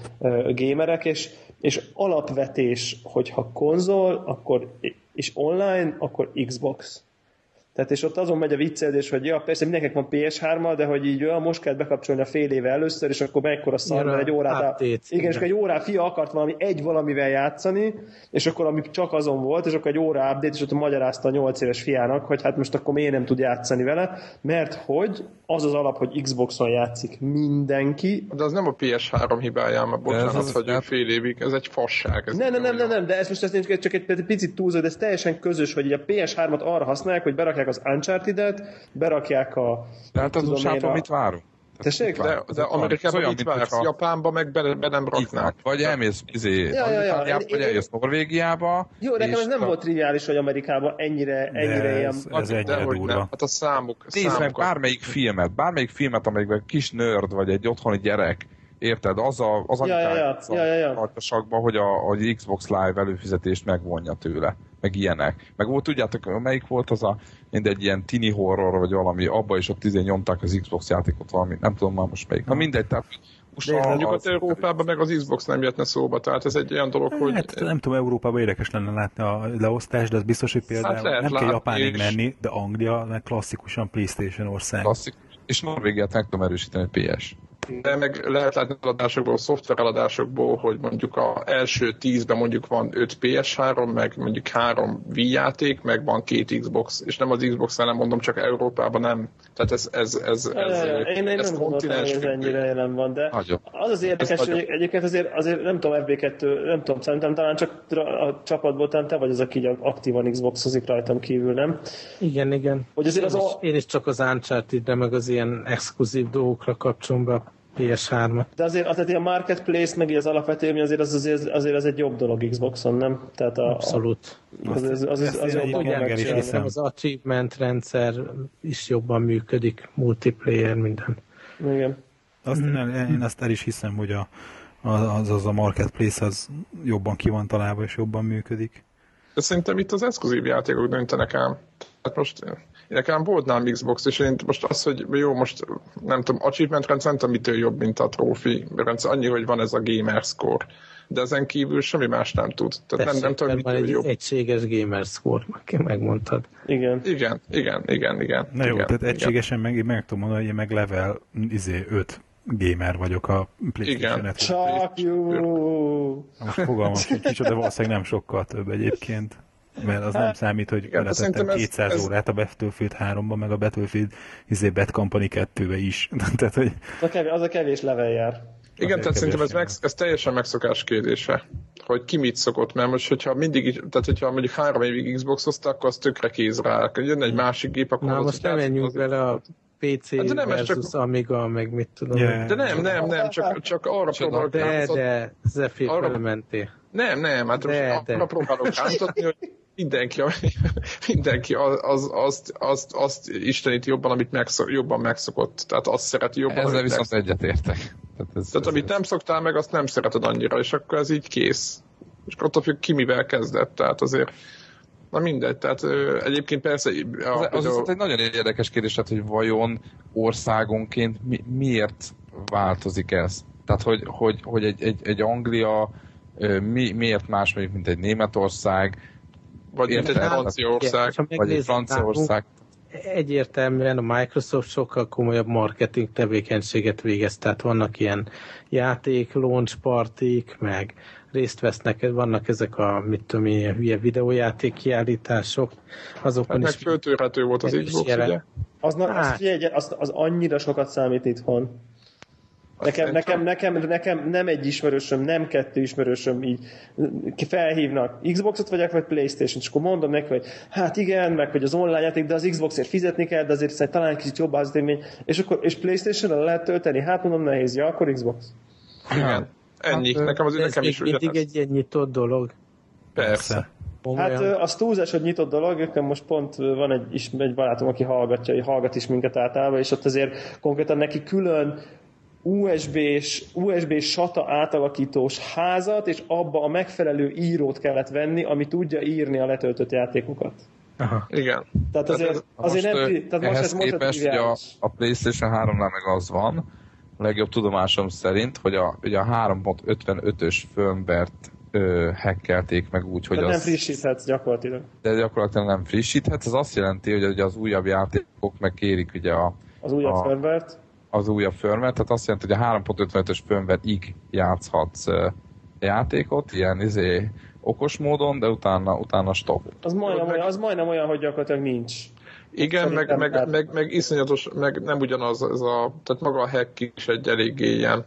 gémerek, és, és alapvetés, hogyha konzol, akkor, és online, akkor Xbox. Tehát és ott azon megy a viccelődés, hogy ja, persze mindenkinek van pé es három, de hogy így olyan most kell bekapcsolni a fél éve először, és akkor mekkora szar, mert egy órát... Update, igen, igen, és akkor egy órá fia akart valami egy valamivel játszani, és akkor ami csak azon volt, és akkor egy óra update, és ott magyarázta a nyolc éves fiának, hogy hát most akkor miért nem tud játszani vele, mert hogy az az alap, hogy Xboxon játszik mindenki. De az nem a pé es három hibája, mert bocsánat, az hogy az fél évig, ez egy fasság. Ez nem, nem, nem, nem, nem, de ez most ez csak egy, egy picit túlzó, de ez teljesen közös, hogy a pé es hármat arra használják, hogy berakják az Uncharted-et, berakják a... Tehát az usától mit várunk? Tessék? De, de Amerikában mit vársz? Hogyha... Japánban meg be, be nem raknák. Vagy elmész izé, ja, ja, ja. Én, vagy eljössz Norvégiába. Jó, nekem ez nem a... volt triviális, hogy Amerikában ennyire, ennyire ez, ilyen... Ez egyre durva. Hát a számuk... Nézd meg bármelyik filmet, bármelyik filmet, amelyikben kis nerd vagy egy otthoni gyerek, érted? Az a, az ja, ja, ja, ja, ja, ja. a, hogy a, a Xbox Live előfizetést megvonja tőle. Meg ilyenek. Meg volt, tudjátok, melyik volt az a mindegy ilyen tini horror, vagy valami, abba is ott izé nyomták az Xbox játékot valami, nem tudom már most melyik. Na mindegy, tehát most a, mondjuk az... Európában meg az Xbox nem jöttne szóba, tehát ez egy olyan dolog, hogy... Hát, nem tudom, Európában érdekes lenne látni a leosztást, de az biztos, hogy például hát nem kell Japánig és... menni, de Anglia meg klasszikusan PlayStation ország. Klasszik. És Norvégiát meg tudom erősíteni, pé es. De meg lehet látni eladásokból, szoftvereladásokból, hogy mondjuk az első tízben mondjuk van öt pé es három, meg mondjuk három Wii játék, meg van két Xbox, és nem az Xbox-nál nem mondom, csak Európában nem. Tehát ez... ez, ez, ez, ez én, én ez nem gondoltam, hogy ez ennyire jelen van, de nagyon. Az az érdekes, ez hogy egyébként azért, azért nem tudom, ef bé kettő, nem tudom, szerintem talán csak a csapatból talán te vagy az, aki aktívan Xboxozik rajtam kívül, nem? Igen, igen. Hogy azért az én, a... is, én is csak az Uncharted-re, meg az ilyen exkluzív dolgokra kapcsolom be pé es hármat. De azért az a marketplace, meg az alapvető élmény azért az, azért, azért az egy jobb dolog Xboxon, nem? Tehát a, abszolút. Az, az, az, az, az jobban megcsinálni. Az achievement rendszer is jobban működik, multiplayer, minden. Igen. Azt én, én azt el is hiszem, hogy a, az, az a marketplace az jobban ki van találva és jobban működik. De szerintem itt az exkluzív játékok döntenek ám. Hát most nekem volt nálam Xbox, és én most az, hogy jó, most nem tudom, achievement rendszer nem tudom, mitől jobb, mint a trófi rendszer. Annyi, hogy van ez a gamer score. De ezen kívül semmi más nem tud. Tehát Tessék, nem, nem tudom, mitől egy jobb. egységes gamer score, megmondtad. Igen. Igen, igen, igen, igen. Na jó, igen, tehát igen. egységesen meg, meg tudom mondani, hogy én meg level izé, öt gamer vagyok a PlayStation-et. Csak jó! Most fogalmam, hogy kicsoda, de valószínűleg nem sokkal több egyébként. Mert az nem számít, hogy beletettem kétszáz ez, órát a Battlefield háromba, meg a Battlefield izé, Bad Company kettőbe is. Tehát, hogy... Az a kevés level jár. Igen, tehát szerintem ez, meg, ez teljesen megszokás kérdése, hogy ki mit szokott, mert most, hogyha mindig, tehát hogyha mondjuk három évig Xbox-ozta, akkor az tökre kéz rá. Jönne egy másik gép, akkor... Na most nem menjünk vele a pé cé hát nem versus csak... Amiga, meg mit tudom. Yeah. De nem, nem, nem, csak, csak arra próbálok... De, de, Zephyr arra... mentél. Nem, nem, hát de, most de. arra próbálok rántatni, hogy mindenki, mindenki az, az, azt, azt, azt istenít jobban, amit megszok, jobban megszokott. Tehát azt szereti jobban, ezzel viszont egyetértek. Tehát, ez, Tehát ez amit ez... nem szoktál meg, azt nem szereted annyira, és akkor ez így kész. És akkor attól függ, ki mivel kezdett. Tehát azért, na mindegy. Tehát ö, egyébként persze... A, az viszont egy nagyon érdekes kérdés, tehát, hogy vajon országonként mi, miért változik ez? Tehát, hogy, hogy, hogy egy, egy, egy Anglia mi, miért más mondjuk, mint egy Németország, vagy mint egy Franciaország. Vagy egy Franciaország. Egyértelműen a Microsoft sokkal komolyabb marketing tevékenységet végez, tehát vannak ilyen játék, launch partik, meg részt vesznek, vannak ezek a, mit tudom én, ilyen hülye videójáték kiállítások. Azokon hát is... meg föltörhető volt az Xbox, ugye? Az, na, az, figyelj, az, az annyira sokat számít itthon. Nekem, nekem, nekem, nekem nem egy ismerősöm, nem kettő ismerősöm így felhívnak, Xboxot vagyok, vagy PlayStation, és akkor mondom neki, hogy hát igen, meg hogy az online játék, de az Xboxért fizetni kell, de azért talán egy kicsit jobb az élmény, és akkor és PlayStation-ra lehet tölteni, hát mondom nehéz, ja, akkor Xbox. Igen, ennyi, hát, nekem az nekem is ugyanaz. Ez mindig egy ilyen nyitott dolog. Persze. Hát az túlzás, hogy nyitott dolog, nekem most pont van egy, egy barátom, aki hallgatja, hallgat is minket általában, és ott azért konkrétan neki külön u es bé-s, u es bé SATA átalakítós házat, és abba a megfelelő írót kellett venni, ami tudja írni a letöltött játékokat. Aha. Igen. Tehát azért, tehát azért most, nem... Tehát most ehhez ez képest, hogy a, a PlayStation háromnál meg az van, a legjobb tudomásom szerint, hogy a, ugye a három pont ötvenötös firmware-t ö, hackelték meg úgy, hogy de az... nem frissíthetsz gyakorlatilag. De gyakorlatilag nem frissíthetsz, ez azt jelenti, hogy ugye az újabb játékok megkérik ugye a... Az újabb a, firmware-t. Az újabb firmware, tehát azt jelenti, hogy a három pont ötvenötös firmware-ig játszhatsz uh, játékot, ilyen izé, okos módon, de utána, utána stop. Az majdnem, olyan, az majdnem olyan, hogy gyakorlatilag nincs. Igen, meg, meg, meg, meg, meg iszonyatos, meg nem ugyanaz ez a, tehát maga a hack is egy eléggé ilyen,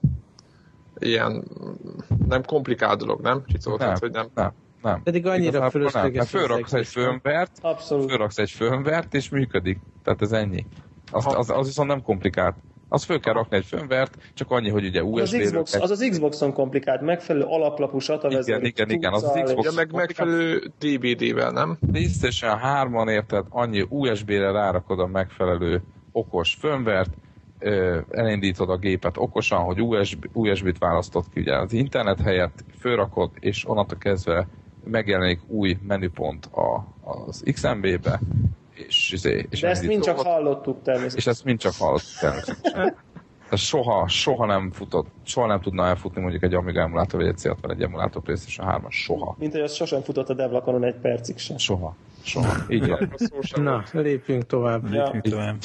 ilyen nem komplikált dolog, nem? Csicó, nem, hogy nem. nem. Nem. Pedig annyira fölösleges. Fölraksz egy firmware-t, fölraksz egy firmware-t, és működik. Tehát ez ennyi. Az, az, az viszont nem komplikált. Az föl kell rakni egy firmware-t, csak annyi, hogy ugye u es bé-ről... Az, Xbox, az az Xboxon komplikált, megfelelő alaplapú SATA vezérő. Igen, igen, igen, az az Xbox. Ja, meg megfelelő dé vé dé-vel, nem? PlayStation hárman érted, annyi u es bé-re rárakod a megfelelő okos firmware-t, elindítod a gépet okosan, hogy u es bé-t választod ki ugye az internet helyett, fölrakod, és onnantól kezdve megjelenik új menüpont a, az iksz em bé-be, és, és de ezt mind csak hallottuk természetesen. És ezt mind csak hallottuk természetesen. Tehát soha, soha nem futott, soha nem tudna elfutni mondjuk egy Amiga emulátor, vagy egy cé hatvan egy emulátor PlayStation hárman, soha. Mint hogy az sosem futott a Devlaconon egy percig sem. Soha, soha. Így van. Na, lépjünk tovább. Ja. Lépjünk tovább.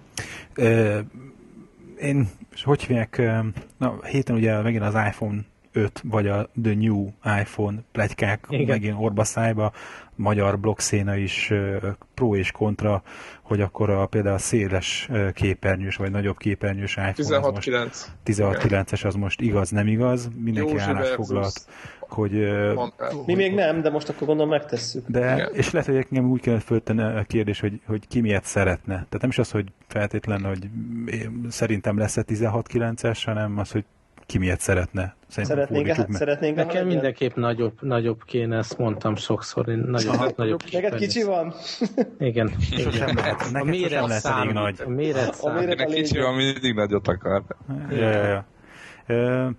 Uh, én, hogy hívják, na, héten ugye megint az iPhone öt, vagy a The New iPhone pletykák, igen, megint orba szájba, magyar blogszéna is pro és kontra, hogy akkor a, például a széles képernyős, vagy nagyobb képernyős iPhone tizenhat kilenc tizenhat kilences az most igaz, nem igaz, mindenki állásfoglalt, hogy... Mi még nem, de most akkor gondolom megtesszük. De, igen. És lehet, hogy engem úgy kellett föltenni a kérdés, hogy, hogy ki miért szeretne. Tehát nem is az, hogy feltétlen, hogy szerintem lesz-e tizenhat kilences, hanem az, hogy ki miért szeretne. Szeretnénk, hát, szeretnénk nekem mindenképp nagyobb, nagyobb kéne, ezt mondtam sokszor. Nagyobb, Aha, nagyobb neked kicsi van? Igen. igen. Lehet, a méret lesz elég nagy. A méret számít. Nekem kicsi van, mindig nagyot akar. Ja, ja, ja. Uh,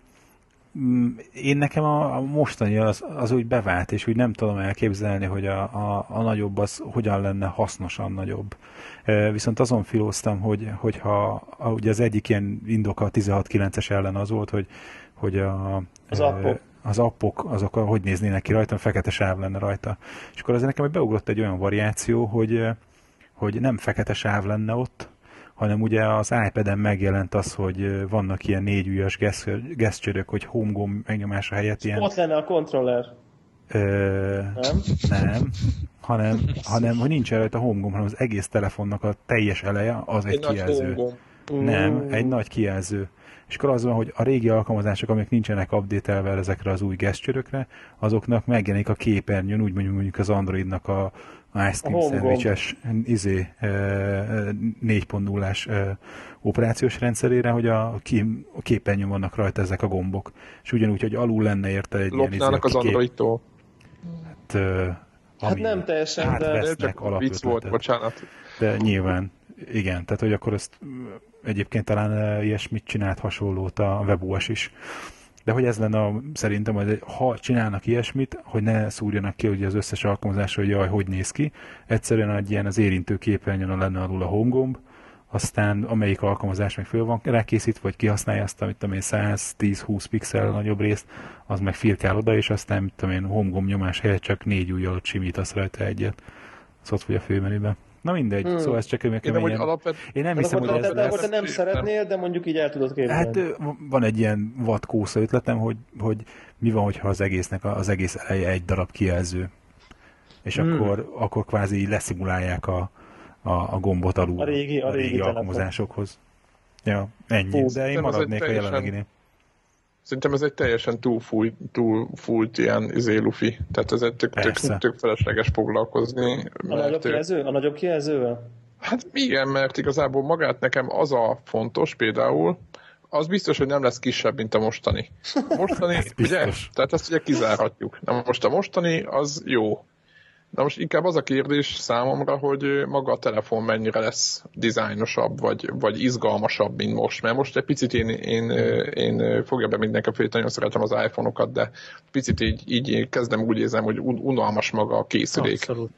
én nekem a, a mostani az, az úgy bevált, és úgy nem tudom elképzelni, hogy a, a, a nagyobb az hogyan lenne hasznosan nagyobb. E, viszont azon filóztam, hogy, hogyha a, ugye az egyik ilyen indoka a tizenhat kilences ellen az volt, hogy, hogy a, az, appok. az appok, azok a, hogy néznének ki rajta, fekete sáv lenne rajta. És akkor azért nekem beugrott egy olyan variáció, hogy, hogy nem fekete sáv lenne ott, hanem ugye az iPad-en megjelent az, hogy vannak ilyen négyujjas gesztcsörök, hogy home gomb megnyomás a helyett ilyen... Ott lenne a kontroller. Ö, nem? Nem, hanem, hanem hogy nincs rajta a home gomb, hanem az egész telefonnak a teljes eleje az egy, egy kijelző. Nem, egy nagy kijelző. És akkor az van, hogy a régi alkalmazások, amik nincsenek update-elve ezekre az új gesztcsörökre, azoknak megjelenik a képernyőn, úgy mondjuk, mondjuk az Androidnak a Ice Cream Sandwich-es izé, négy pont nullás operációs rendszerére, hogy a, ki, a képernyőn vannak rajta ezek a gombok. És ugyanúgy, hogy alul lenne érte egy Lopnának ilyen... Lopnának az kép... Androidtól? Hát, hát nem teljesen, de... Csak vicc volt, bocsánat. De nyilván, igen. Tehát, hogy akkor ezt egyébként talán ilyesmit csinált hasonlót a WebOS is. De hogy ez lenne a, szerintem, hogy ha csinálnak ilyesmit, hogy ne szúrjanak ki ugye az összes alkalmazásra, hogy jaj, hogy néz ki. Egyszerűen egy ilyen az érintő képernyőn lenne alul a home gomb, aztán amelyik alkalmazás meg föl van rákészítve, vagy kihasználja azt, amit tudom én, száz tíz húsz pixel nagyobb részt, az meg firkál oda, és aztán, mit tudom én, home gomb nyomás helyett csak négy ujjal simítasz rajta egyet. Az ott vagy a főmenüben. Na mindegy, hmm. szóval ez csak én nem, hogy alapvet... Én nem hiszem, hogy ez lesz. De te nem szeretnél, de mondjuk így el tudod képzelni. Hát van egy ilyen vadkósza ötletem, hogy, hogy mi van, hogyha az egésznek az egész eleje egy darab kijelző. És hmm. akkor, akkor kvázi leszimulálják a, a, a gombot alul a régi, a régi, régi alkalmazásokhoz. Ja, ennyi. Fú, de én maradnék a jelenleginél. Szerintem ez egy teljesen túl fújt, túl fújt ilyen izé lufi. Tehát ez egy tök, tök, tök felesleges foglalkozni. A nagyobb kijelző? A nagyobb kijelzővel? Hát igen, mert igazából magát nekem az a fontos például, az biztos, hogy nem lesz kisebb, mint a mostani. A mostani, ugye? Tehát ezt ugye kizárhatjuk. Na most a mostani az jó. Na most inkább az a kérdés számomra, hogy maga a telefon mennyire lesz dizájnosabb, vagy, vagy izgalmasabb, mint most. Mert most egy picit én, én, én fogja be mindenképp, nagyon szeretem az iPhone-okat, de picit így, így kezdem úgy érzem, hogy unalmas maga a készülék. Abszolút.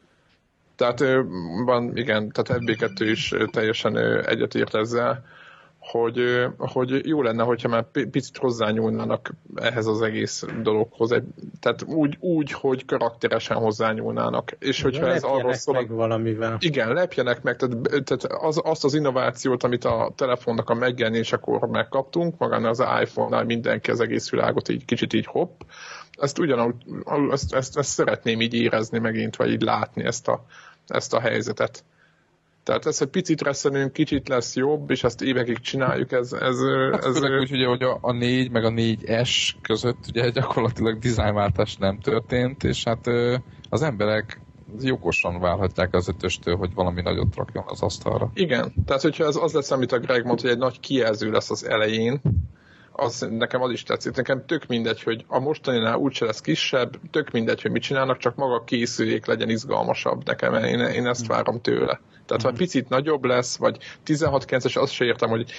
Tehát van, igen, tehát F B kettő is teljesen egyetért ezzel, hogy, hogy jó lenne, hogyha már picit hozzányúlnának ehhez az egész dologhoz. Tehát úgy, úgy hogy karakteresen hozzányúlnának. És hogyha ez arról szól... meg valamivel. Igen, lepjenek meg. Tehát, tehát az, azt az innovációt, amit a telefonnak a megjelenésekor megkaptunk, magán az iPhone-nál mindenki az egész világot így kicsit így hopp, ezt ugyanúgy, ezt, ezt, ezt szeretném így érezni megint, vagy így látni ezt a, ezt a helyzetet. Tehát ez, hogy picit reszelünk, kicsit lesz jobb, és ezt évekig csináljuk, ez... ez, hát ez főleg úgy, ugye, hogy a, a négy meg a négy S között ugye gyakorlatilag dizájnváltás nem történt, és hát az emberek jogosan várhatják az ötöstől, hogy valami nagyot rakjon az asztalra. Igen, tehát hogyha ez az lesz, amit a Greg mondta, hogy egy nagy kijelző lesz az elején, az, nekem az is tetszik. Nekem tök mindegy, hogy a mostaninál úgyse lesz kisebb, tök mindegy, hogy mit csinálnak, csak maga a készülék legyen izgalmasabb nekem, én, én ezt várom tőle. Tehát ha picit nagyobb lesz, vagy tizenhat kilences, azt se értem, hogy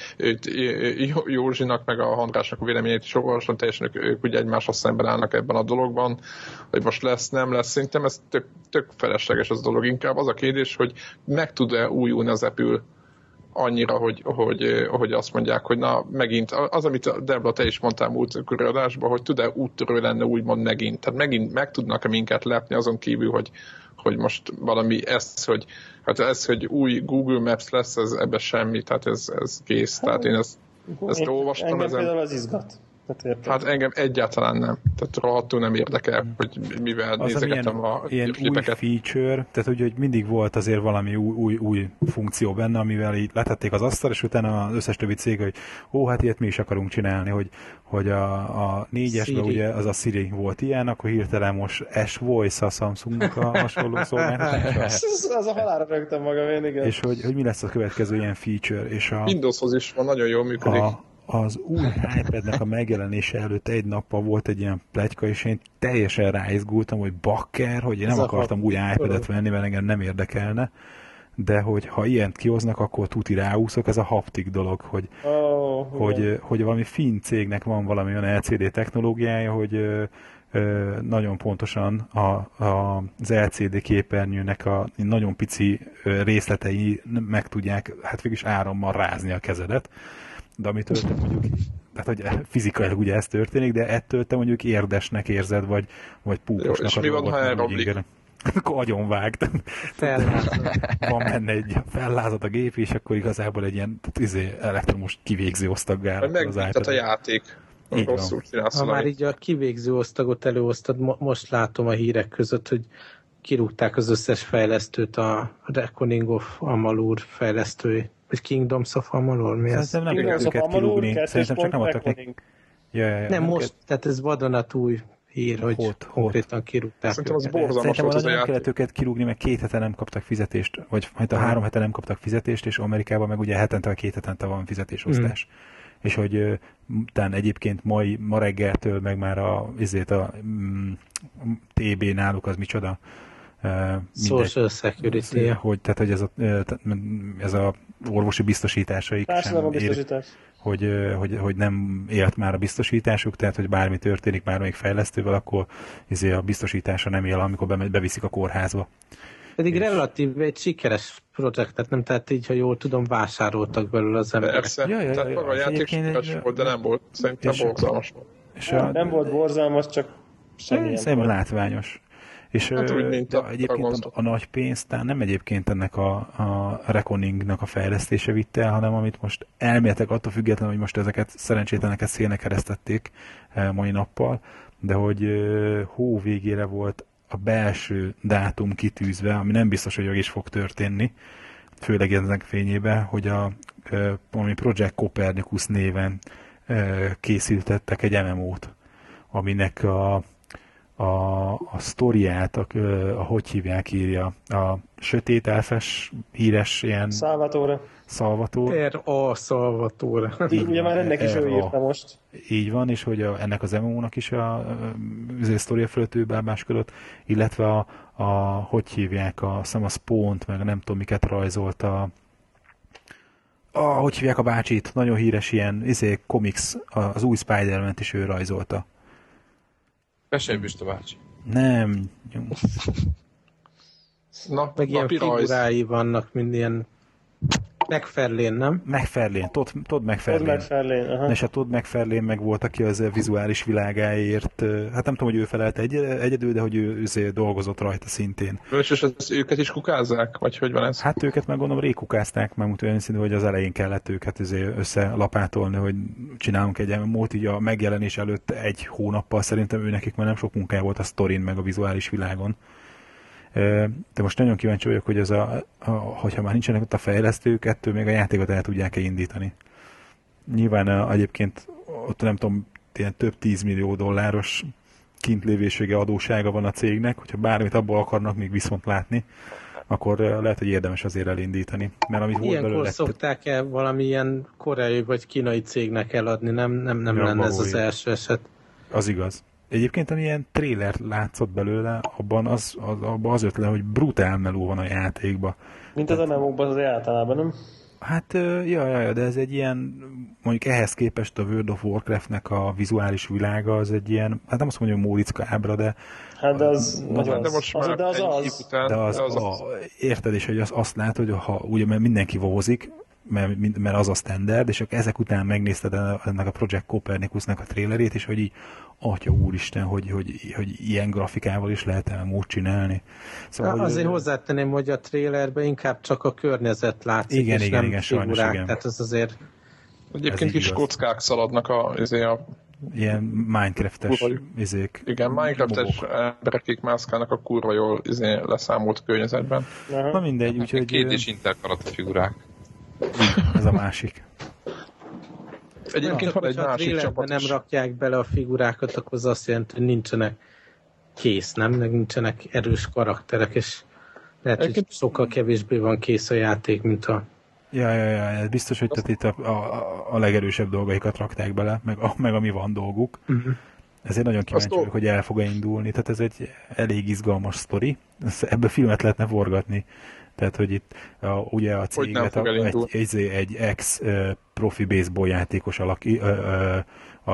Józsinak meg a Handrásnak a véleményét is olvasom, teljesen ők, ők ugye egymáshoz szemben állnak ebben a dologban, hogy most lesz, nem lesz. Szerintem ez tök, tök felesleges az a dolog. Inkább az a kérdés, hogy meg tud-e újulni az Apple annyira, hogy, hogy, hogy azt mondják, hogy na megint, az, amit Debla, te is mondtál múltkori adásban, hogy tud-e úttörő lenne úgymond megint. Tehát megint meg tudnak-e minket lepni azon kívül, hogy, hogy most valami ez, hogy hát ez, hogy új Google Maps lesz, ez ebbe semmi, tehát ez, ez kész. Tehát én ezt, ezt én, olvastam. Engem ezen. például az izgat. Hát engem egyáltalán nem. Tehát rohadtul nem érdekel, hogy mivel az nézegetem a ilyen flipeket. Új feature, tehát úgy, hogy mindig volt azért valami új, új, új funkció benne, amivel így letették az asztal, és utána az összes többi cég, hogy ó, hát ilyet mi is akarunk csinálni, hogy, hogy a, a négyesben ugye az a Siri volt ilyen, akkor hirtelen most S-Voice a Samsungnak a hasonló szolgáltatása. Az a halálra rögtem magam én, igen. És hogy, hogy mi lesz a következő ilyen feature. És a, Windowshoz is van, nagyon jól működik. A, az új iPadnek a megjelenése előtt egy nappal volt egy ilyen pletyka, és én teljesen ráizgultam, hogy bakker, hogy én nem Ez akartam új iPadet venni, mert engem nem érdekelne, de hogy ha ilyent kihoznak, akkor tuti ráúszok, ez a haptik dolog, hogy, oh, hogy, hogy valami finn cégnek van valami olyan L C D technológiája, hogy ö, ö, nagyon pontosan a, a, az L C D képernyőnek a nagyon pici részletei meg tudják, hát végülis árammal rázni a kezedet, de amitől te mondjuk, tehát hogy fizikailag ugye ez történik, de ettől te mondjuk érdesnek érzed, vagy, vagy púposnak. És mi van, ha elromlik? akkor agyonvágt. Van benne egy fellázad a gép, és akkor igazából egy ilyen izé, elektromos kivégző osztaggál. Megmutatott a játék. Rosszul csinálsz. Ha már így a kivégző osztagot előosztad, mo- most látom a hírek között, hogy kirúgták az összes fejlesztőt, a Reckoning of Amalur fejlesztői, vagy Kingdoms of Amalur, mi ez? Szerintem nem kell őket kirúgni. Szerintem csak nem adtak neki. Ja, ja, ja, nem, most, kell... tehát ez vadonatúj hír, hogy hot, konkrétan kirúgták. Szerintem az borzalmas volt az a játék. Nem kellett őket kirúgni, mert két hete nem kaptak fizetést, vagy majd a három hete nem kaptak fizetést, és Amerikában meg ugye hetente vagy két hetente van fizetésosztás. Mm. És hogy talán egyébként mai, ma reggeltől meg már a, ezért a mm, té bé náluk az micsoda. Uh, Social Security. Hogy, tehát, hogy ez a, ez a orvosi biztosításaik sem ér, hogy, hogy, hogy nem élt már a biztosításuk, tehát hogy bármi történik bármelyik fejlesztővel, akkor ezért a biztosítása nem él, amikor be, beviszik a kórházba. Pedig és... relatív egy sikeres projektet, nem? Tehát így, ha jól tudom, vásároltak belőle az emberek. Persze, ja, ja, tehát maga a játék sikeres egy... volt, de nem volt, szerintem borzalmas volt. És a... Nem volt borzalmas, csak semmilyen. Szerintem látványos. És hát úgy, mint a, egyébként a, a nagy pénzt nem egyébként ennek a, a Reckoningnak a fejlesztése vitte el, hanem amit most elméletek attól függetlenül, hogy most ezeket szerencsétleneket szélnek keresztették mai nappal, de hogy hó végére volt a belső dátum kitűzve, ami nem biztos, hogy meg is fog történni, főleg ennek fényében, hogy a valami Project Copernicus néven készítettek egy em em ó-t, aminek a a, a sztoriát, a, a, hogy hívják írja, a sötét elfes híres ilyen... Salvatore. Salvatore. er á Salvatore. Így, ugye már ennek is ő írta most. Így van, és hogy a, ennek az em em ó-nak is a, a, a sztoria fölött ő bábáskodott, illetve a, a, hogy hívják, a, a Spawn-t, meg nem tudom miket rajzolt a, a hogy hívják a bácsit, nagyon híres ilyen izé, komiks, az új Spider-Man-t is ő rajzolta. Mesélj, Bista bácsi. Nem. Na, meg ilyen figurái vannak, mint ilyen McFarlane, nem? McFarlane, Todd, Todd McFarlane. Todd McFarlane, aha. És a Todd McFarlane meg volt, aki az vizuális világáért, hát nem tudom, hogy ő felelt egy, egyedül, de hogy ő, ő dolgozott rajta szintén. És, és az, őket is kukázzák? Vagy hogy van ez? Hát őket meg gondolom rég kukázták, mert olyan szintű, hogy az elején kellett őket összelapátolni, hogy csinálunk egy em em ó-t, így a megjelenés előtt egy hónappal szerintem ő nekik már nem sok munkája volt a sztorin, meg a vizuális világon. De most nagyon kíváncsi vagyok, hogy ez a, a, hogyha már nincsenek ott a fejlesztők, ettől még a játékot el tudják-e indítani. Nyilván a, egyébként ott nem tudom, ilyen több tízmillió dolláros kintlévősége adósága van a cégnek, hogyha bármit abból akarnak még viszont látni, akkor lehet, hogy érdemes azért elindítani. Mert amit ilyenkor lett... szokták-e valamilyen koreai vagy kínai cégnek eladni, nem, nem, nem lenne ez az első eset. Az igaz. Egyébként amilyen trailer látszott belőle, abban az, az, abban az ötlet, hogy brutál meló van a játékban. Mint az em em ó-ban az általában, nem? Hát, ja, ja, ja, de ez egy ilyen, mondjuk ehhez képest a World of Warcraftnek a vizuális világa, az egy ilyen, hát nem azt mondom, hogy Móriczka ábra, de... Hát de az, a, az, de most az, már de az, az. Után, de az, de az, a, érted, és hogy az, azt látod, hogy ha ugye mert mindenki vózik, mert, mert az a standard, és akkor ezek után megnézted ennek a Project Copernicusnak a trailerét, és hogy így, atya úristen, hogy, hogy, hogy ilyen grafikával is lehet em em ó-t csinálni. Szóval, azért hozzátenném, hogy a trailerben inkább csak a környezet látszik, igen, és igen, nem igen, figurák, sajnos, igen. Tehát az azért... Egyébként kis kockák szaladnak a, a... ilyen Minecraft-es izék. Igen, Minecraft-es emberek, akik mászkálnak a kurva jól izé, leszámolt környezetben. Aha. Na mindegy, úgyhogy... Két és interkarat figurák. Ez a másik. Egyébként ja, van egy másik csapat nem rakják bele a figurákat, akkor az azt jelenti, hogy nincsenek kész, nem? Meg nincsenek erős karakterek, és lehet, egyébként... hogy sokkal kevésbé van kész a játék, mint a... Ja, ja, ja, ez biztos, hogy tehát itt a, a, a legerősebb dolgaikat rakták bele, meg, a, meg ami van dolguk. Uh-huh. Ezért nagyon kíváncsi vagyok, hogy el fog indulni. Tehát ez egy elég izgalmas sztori. Ebből filmet lehetne forgatni. Tehát, hogy itt a, ugye a céget egy, egy, egy ex-profi baseball játékos alaki, ö, ö,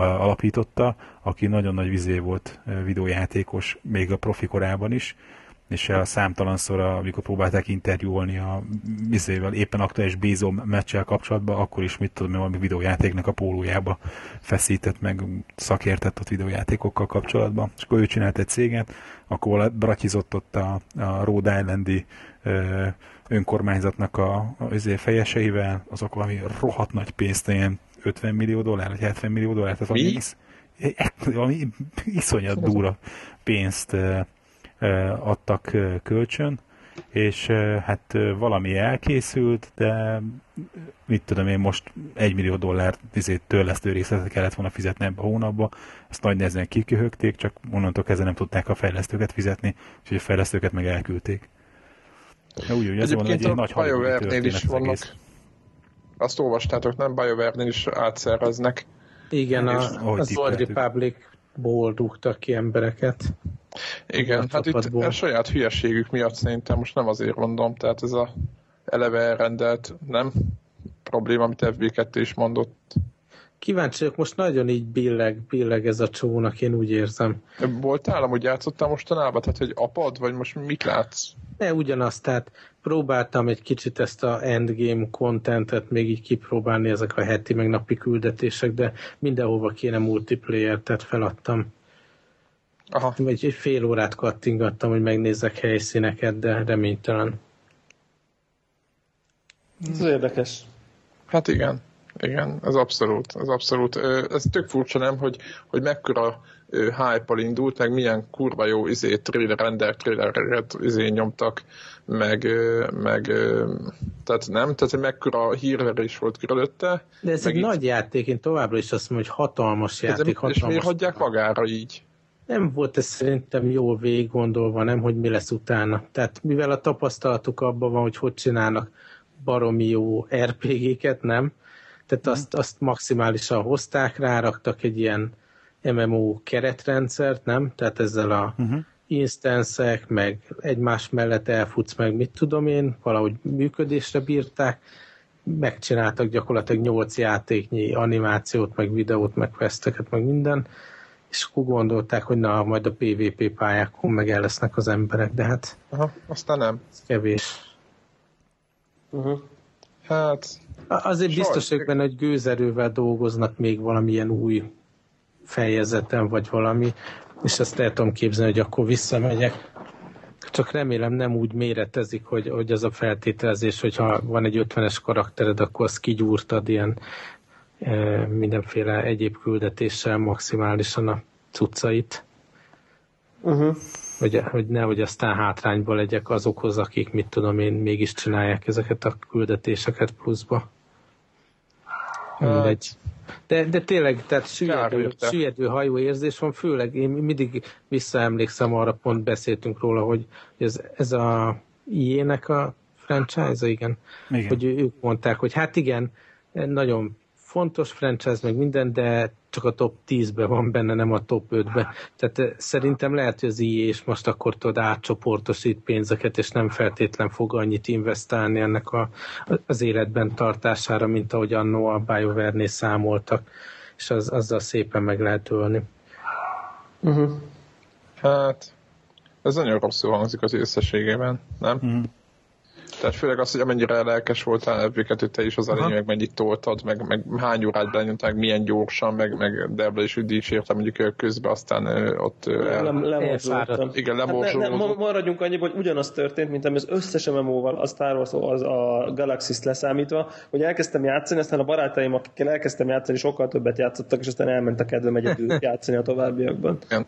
alapította, aki nagyon nagy vizé volt videójátékos, még a profi korában is, és a számtalanszor, amikor próbálták interjúolni a bizonyval éppen aktuális bízó meccsel kapcsolatban, akkor is, mit tudom, valami videójátéknak a pólójába feszített meg, szakértett ott videójátékokkal kapcsolatban. És akkor ő csinált egy céget, akkor bratizott ott a, a Rhode Islandi ö, önkormányzatnak a, a fejeseivel, azok valami rohadt nagy pénzt, ilyen ötven millió dollár, vagy hetven millió dollár, tehát valami, isz, valami iszonyat durva pénzt ö, ö, adtak ö, kölcsön, és ö, hát ö, valami elkészült, de mit tudom én, most egy millió dollár törlesztő részletet kellett volna fizetni ebbe a hónapba, ezt nagy nehezen kiköhögték, csak onnantól kezdve nem tudták a fejlesztőket fizetni, úgyhogy a fejlesztőket meg elküldték. Ja, úgy, úgy, egyébként a BioWare-nél is vannak, egész. Azt olvastátok, nem? BioWare-nél is átszerveznek. Igen, a, az Old Republic-ból rúgtak ki embereket. Igen, hát itt a saját hülyeségük miatt szerintem most nem azért mondom, tehát ez a eleve elrendelt, nem? Probléma, amit ef bé kettő is mondott. Kíváncsi vagyok, most nagyon így billeg, billeg ez a csónak, én úgy érzem. Voltál, amúgy játszottál mostanában? Tehát, hogy apad, vagy most mit látsz? Ne, ugyanaz, tehát próbáltam egy kicsit ezt a endgame contentet még így kipróbálni, ezek a heti meg napi küldetések, de mindenhova kéne multiplayer, tehát feladtam. Aha. Egy, egy fél órát kattingattam, hogy megnézzek helyszíneket, de reménytelen. Ez érdekes. Hát igen. Igen, ez abszolút, ez abszolút. Ez tök furcsa, nem, hogy, hogy mekkora hype-al indult, meg milyen kurva jó izé, trailer, render trailereket izé nyomtak, meg, meg tehát nem, tehát mekkora hírverés volt körülötte. De ez egy így... nagy játék, én továbbra is azt mondom, hogy hatalmas játék. De, hatalmas és miért hagyják magára így? Nem volt ez szerintem jól végig gondolva, nem, hogy mi lesz utána. Tehát mivel a tapasztalatuk abban van, hogy hogy csinálnak baromi jó er pé gé-ket, nem? Tehát azt, azt maximálisan hozták, ráraktak egy ilyen em em o keretrendszert, nem? Tehát ezzel a uh-huh. instance-ek, meg egymás mellett elfutsz meg, mit tudom én, valahogy működésre bírták, megcsináltak gyakorlatilag nyolc játéknyi animációt, meg videót, meg questeket, meg minden, és akkor gondolták, hogy na, majd a pé vé pé pályákon meg el lesznek az emberek, de hát... Aha, aztán nem. Ez kevés. Uh-huh. Hát... Azért biztos vagyok benne, hogy gőzerővel dolgoznak még valamilyen új fejezeten, vagy valami, és ezt el tudom képzelni, hogy akkor visszamegyek. Csak remélem nem úgy méretezik, hogy, hogy az a feltételezés, hogyha van egy ötvenes karaktered, akkor azt kigyúrtad ilyen e, mindenféle egyéb küldetéssel maximálisan a cuccait. Uh-huh. Hogy, hogy nehogy aztán hátrányba legyek azokhoz, akik, mit tudom én, mégis csinálják ezeket a küldetéseket pluszba. Mindegy. De, de tényleg, tehát süllyedő, süllyedő hajó érzés van, főleg én mindig visszaemlékszem arra, pont beszéltünk róla, hogy ez, ez a i á-nek a franchise, igen, igen, hogy ők mondták, hogy hát igen, nagyon fontos franchise, meg minden, de csak a top tízben van benne, nem a top ötben. Tehát szerintem lehet, hogy az i á és most akkor tud átcsoportosít pénzeket, és nem feltétlen fog annyit investálni ennek a, az életben tartására, mint ahogy annó a BioWare-nél számoltak, és az, azzal szépen meg lehet ölni. Uh-huh. Hát, ez nagyon rosszul hangzik az összességében, nem? Uh-huh. Tehát főleg az, hogy amennyire lelkes voltál ef bé kettő, te is az elején, meg mennyit toltad, meg, meg hány órát belenyomtál, meg milyen gyorsan, meg, meg Debla is dicsértem mondjuk közben, aztán ö, ott el... Lem, lemorzsoltam. Igen, lemorzsoltam. Hát ne, ne, maradjunk annyiban, hogy ugyanaz történt, mint ami az összes em em o-val, a Star Wars, az a Galaxy-t leszámítva, hogy elkezdtem játszani, aztán a barátaim, akikkel elkezdtem játszani, sokkal többet játszottak, és aztán elment a kedvem egyedül játszani a továbbiakban. Igen.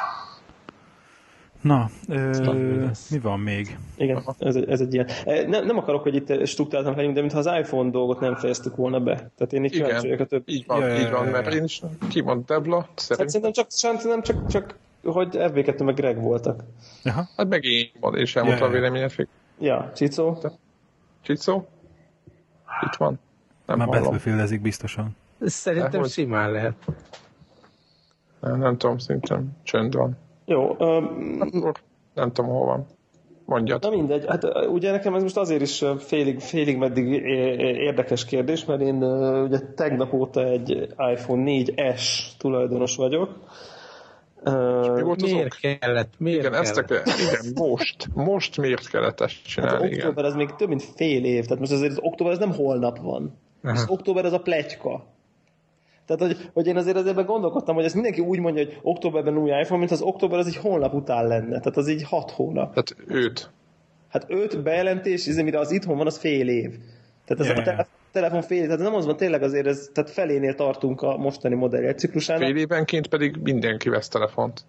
Na, ö, mi van még? Igen, ez egy, ez egy ilyen. Nem, nem akarok, hogy itt struktúráltan legyünk, de mintha az iPhone dolgot nem fejeztük volna be. Tehát én így kíváncsi vagyok a több. Így van, ja, így van, mert én is kimond Debla, szerint. Hát szerintem csak, nem csak, csak, hogy ef bé kettő meg Greg voltak. Aha. Hát meg én van, és elmondta ja, a véleményet. Ja, Csicó. Csicó? Itt van? Nem már Battlefield-ezik biztosan. Szerintem de, simán lehet. Nem, nem tudom, szerintem csönd van. Jó. Um, Akkor nem tudom, hol van. Mondjad. Na mindegy. Hát ugye nekem ez most azért is félig, félig meddig érdekes kérdés, mert én ugye tegnap óta egy iPhone négy es tulajdonos vagyok. Uh, mi volt az miért ok? kellett? Miért igen, kellett? Ezt a, igen, most. Most miért kellett ezt csinálni? Hát az október ez még több mint fél év, tehát most azért az október ez nem holnap van. Az október ez a pletyka. Tehát, hogy, hogy én azért azért gondolkodtam, hogy ezt mindenki úgy mondja, hogy októberben új iPhone, mint az október az egy hónap után lenne. Tehát az így hat hónap. Tehát őt. Hát öt bejelentés, és mire az itthon van, az fél év. Tehát ez yeah, a telefon, telefon fél év. Tehát nem az van, tényleg azért ez, tehát felénél tartunk a mostani modell ciklusának. Fél évenként pedig mindenki vesz telefont.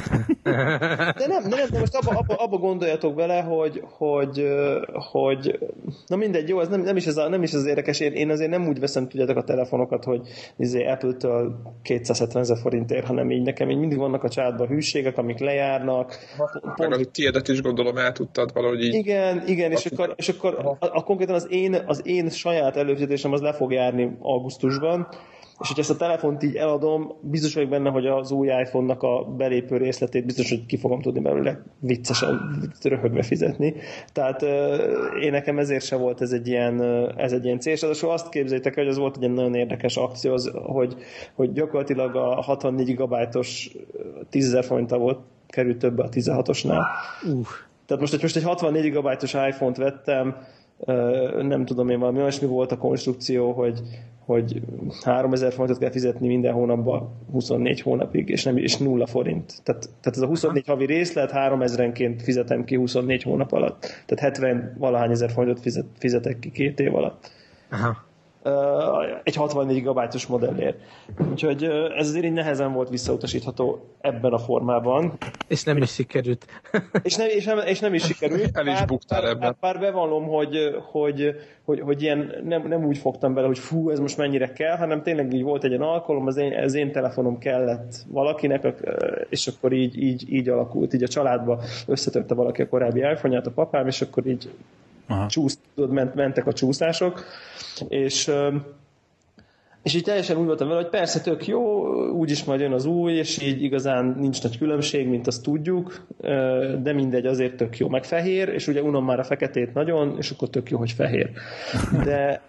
De nem, nem, de most abba, abba, abba gondoljatok bele, hogy, hogy, hogy na mindegy, jó, ez nem, nem, is, ez a, nem is az érdekes, én, én azért nem úgy veszem, tudjátok, a telefonokat, hogy izé Apple-től kétszázhetvenezer forintért, hanem így nekem így mindig vannak a családban hűségek, amik lejárnak. Meg a tiédet is gondolom el tudtad valahogy így. Igen, igen, és akkor, és akkor a, a, konkrétan az én, az én saját előfizetésem az le fog járni augusztusban, és hogyha ezt a telefont így eladom, biztos vagyok benne, hogy az új iPhone-nak a belépő részletét biztos, hogy ki fogom tudni belőle viccesen, röhögve fizetni. Tehát én nekem ezért se volt ez egy ilyen, ez egy ilyen cél, és azon azt képzeljétek, hogy az volt egy nagyon érdekes akció, az, hogy, hogy gyakorlatilag a hatvannégy gigabájtos tízezer forinttal volt, került többe a tizenhatosnál. Uh. Tehát most, hogy most egy hatvannégy gigabájtos iPhone-t vettem, nem tudom én, valami olyasmi volt a konstrukció, hogy, hogy háromezer forintot kell fizetni minden hónapban huszonnégy hónapig, és, nem, és nulla forint. Tehát, tehát ez a huszonnégy havi részlet, háromezrenként fizetem ki huszonnégy hónap alatt. Tehát hetven valahány ezer forintot fizet, fizetek ki két év alatt. Aha. Egy hatvannégy gigabájtos modellért. Úgyhogy ez azért így nehezen volt visszautasítható ebben a formában. És nem is sikerült. és, nem, és, nem, és nem is sikerült. El is buktál ebben. Bár, bár bevallom, hogy, hogy, hogy, hogy ilyen nem, nem úgy fogtam bele, hogy fú, ez most mennyire kell, hanem tényleg így volt egy ilyen alkalom, az én, az én telefonom kellett valakinek, és akkor így, így, így alakult. Így a családba összetörte valaki a korábbi iPhone-ját, a papám, és akkor így csúsz, tudod, ment, mentek a csúszások, és, és így teljesen úgy voltam vele, hogy persze tök jó, úgyis majd jön az új, és így igazán nincs nagy különbség, mint azt tudjuk, de mindegy, azért tök jó. Meg fehér, és ugye unom már a feketét nagyon, és akkor tök jó, hogy fehér. De,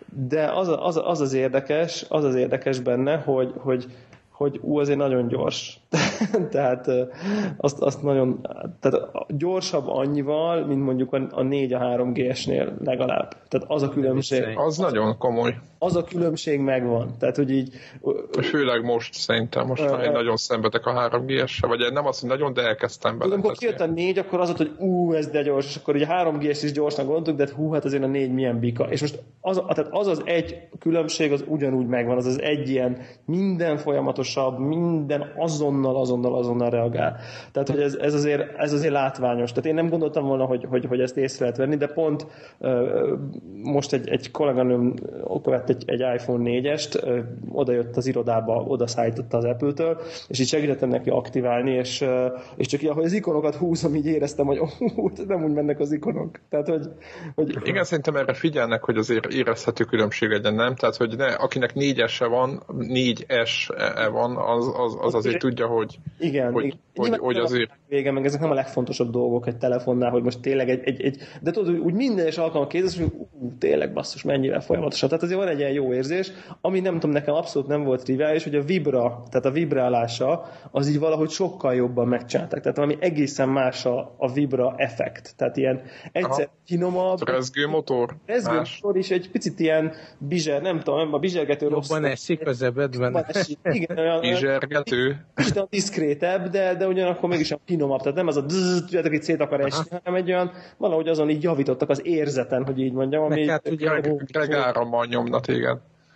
de az, az, az az érdekes, az az érdekes benne, hogy, hogy hogy ú, azért nagyon gyors. tehát azt, azt nagyon, tehát gyorsabb annyival, mint mondjuk a, a négy a három gé-esnél legalább. Tehát az a különbség. Az nagyon komoly. Az a különbség megvan. Tehát, hogy így... Főleg most szerintem, most uh, én nagyon szenvedek a három gé-essel, vagy nem azt, hogy nagyon, de elkezdtem bele. Amikor kijött a négy, akkor az volt, hogy ú, ez de gyors, és akkor ugye a három gé-es is gyorsnak gondoltuk, de hú, hát azért a négy milyen bika. És most az, tehát az az egy különbség, az ugyanúgy megvan, az az egy ilyen minden folyamatosabb, minden azonnal, azonnal, azonnal reagál. Tehát, hogy ez, ez, azért, ez azért látványos. Tehát én nem gondoltam volna, hogy, hogy, hogy ezt észre lehet venni, de pont uh, most egy, egy kolléganőm vett egy, egy iPhone négyest, uh, oda jött az irodába, oda szállította az Apple-től, és így segítettem neki aktiválni, és, uh, és csak így, ahogy az ikonokat húzom, így éreztem, hogy oh, nem úgy mennek az ikonok. Tehát, hogy, hogy... Igen, szerintem erre figyelnek, hogy azért érezhető különbség legyen, nem? Tehát, hogy ne, akinek négyese van, négy es van, az, az, az azért tudja, hogy, igen, hogy, igen. hogy, hogy azért... Vége, meg ezek nem a legfontosabb dolgok egy telefonnál, hogy most tényleg egy, egy, egy de tudod, úgy minden és alkalommal kézzel, hogy ú, tényleg basszus, mennyivel folyamatosan. Tehát azért van egy ilyen jó érzés, ami nem tudom, nekem abszolút nem volt triviális, hogy a vibra, tehát a vibrálása, az így valahogy sokkal jobban megcsinálták. Tehát valami egészen más a, a vibra effekt. Tehát ilyen egyszer finomabb. Rezgő motor. Rezgő motor is egy picit ilyen bizser, nem tudom, a bizsergető rossz. Jobban esik az ebedben. Igen, olyan, bizsergető. Kicsit a diszkrétebb, de, de ugyanakkor mégis a finomabb. Tehát nem az a dzz, tudjátok, itt szét akar esni, hanem egy olyan, valahogy azon így javítottak az érzeten, hogy így mondjam. Ami hát ugye Greg árammal nyomna téged.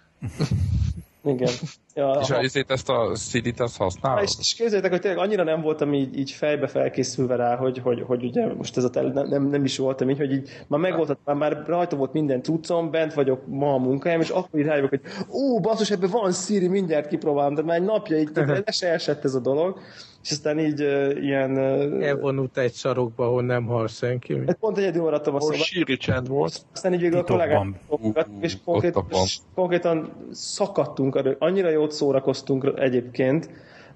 Igen. Ja, és azért ezt a cé dét azt használod? És, és képzeljétek, hogy tényleg annyira nem voltam így, így fejbe felkészülve rá, hogy, hogy, hogy ugye most ez a tel, nem, nem, nem is voltam így, hogy így már megvolt, már, már rajta volt minden cuccom, bent vagyok ma a munkájám, és akkor így rájövök, hogy ó, basszus, ebben van Siri, mindjárt kipróbálom, de már egy napja így le se esett ez a dolog, és aztán így uh, ilyen... Uh, elvonult egy sarokba, ahol nem hall senki. Hát pont egyedül maradtam a szobában. Siri csend volt. Aztán így végül a kollégám, és konkrétan, konkrétan szakadtunk, annyira jót szórakoztunk egyébként,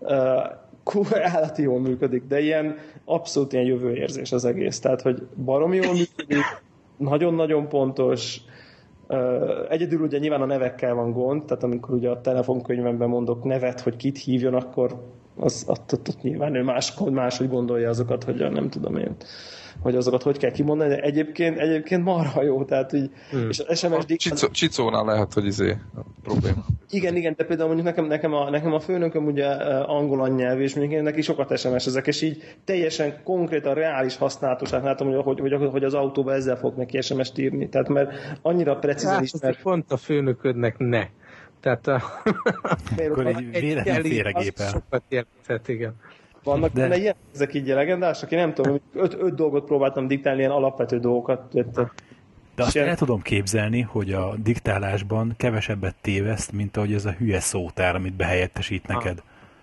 uh, állati jól működik, de ilyen abszolút ilyen jövőérzés az egész. Tehát, hogy baromi jól működik, nagyon-nagyon pontos, uh, egyedül ugye nyilván a nevekkel van gond, tehát amikor ugye a telefonkönyvemben mondok nevet, hogy kit hívjon, akkor az ott, ott, ott nyilván ő más, máshogy gondolja azokat, hogy nem tudom én, hogy azokat hogy kell kimondani, de egyébként, egyébként marha jó, tehát így, hmm. és az es em es Csicó, Csicónál lehet, hogy izé a probléma. Igen, igen, de például mondjuk nekem, nekem, a, nekem a főnököm ugye angol anyanyelvű, és mondjuk neki sokat es em es-ezek, és így teljesen konkrétan, reális használatosát látom, hogy, hogy, hogy az autóba ezzel fog neki es em es-t írni, tehát mert annyira precízen ismer. Pont a főnöködnek ne. Tehát a... Akkor egy véletlen félregépel. Sokat jelenthet, igen. Vannak de... ilyen, ezek így legendásak, én nem tudom, öt, öt dolgot próbáltam diktálni, ilyen alapvető dolgokat. De azt el tudom képzelni, hogy a diktálásban kevesebbet téveszt, mint ahogy ez a hülye szótár, amit behelyettesít neked.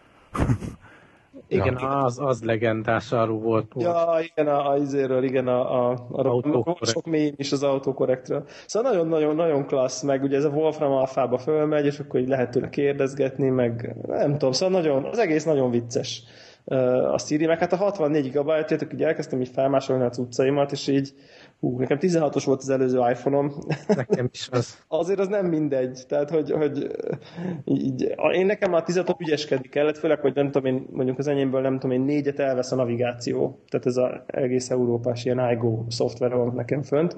Igen, ja. az, az legendás arról volt. Ja, igen, a, a izéről, igen, a, a, a, a sok mém is az autokorrektről. Szóval nagyon-nagyon klassz, meg ugye ez a Wolfram Alphába fölmegy, és akkor így lehet tőle kérdezgetni, meg nem tudom, szóval nagyon, az egész nagyon vicces. Uh, azt írja, meg hát a hatvannégy gigabyte-ért, így elkezdtem így felmásolni a cuccaimat, és így hú, nekem tizenhatos volt az előző iPhone-om. Nekem is az. Azért az nem mindegy, tehát hogy, hogy így, én nekem már tizenhat ügyeskedni kellett, főleg, hogy nem tudom én, mondjuk az enyémből nem tudom én, négyet elvesz a navigáció, tehát ez az egész európás ilyen iGo szoftver van nekem fönt,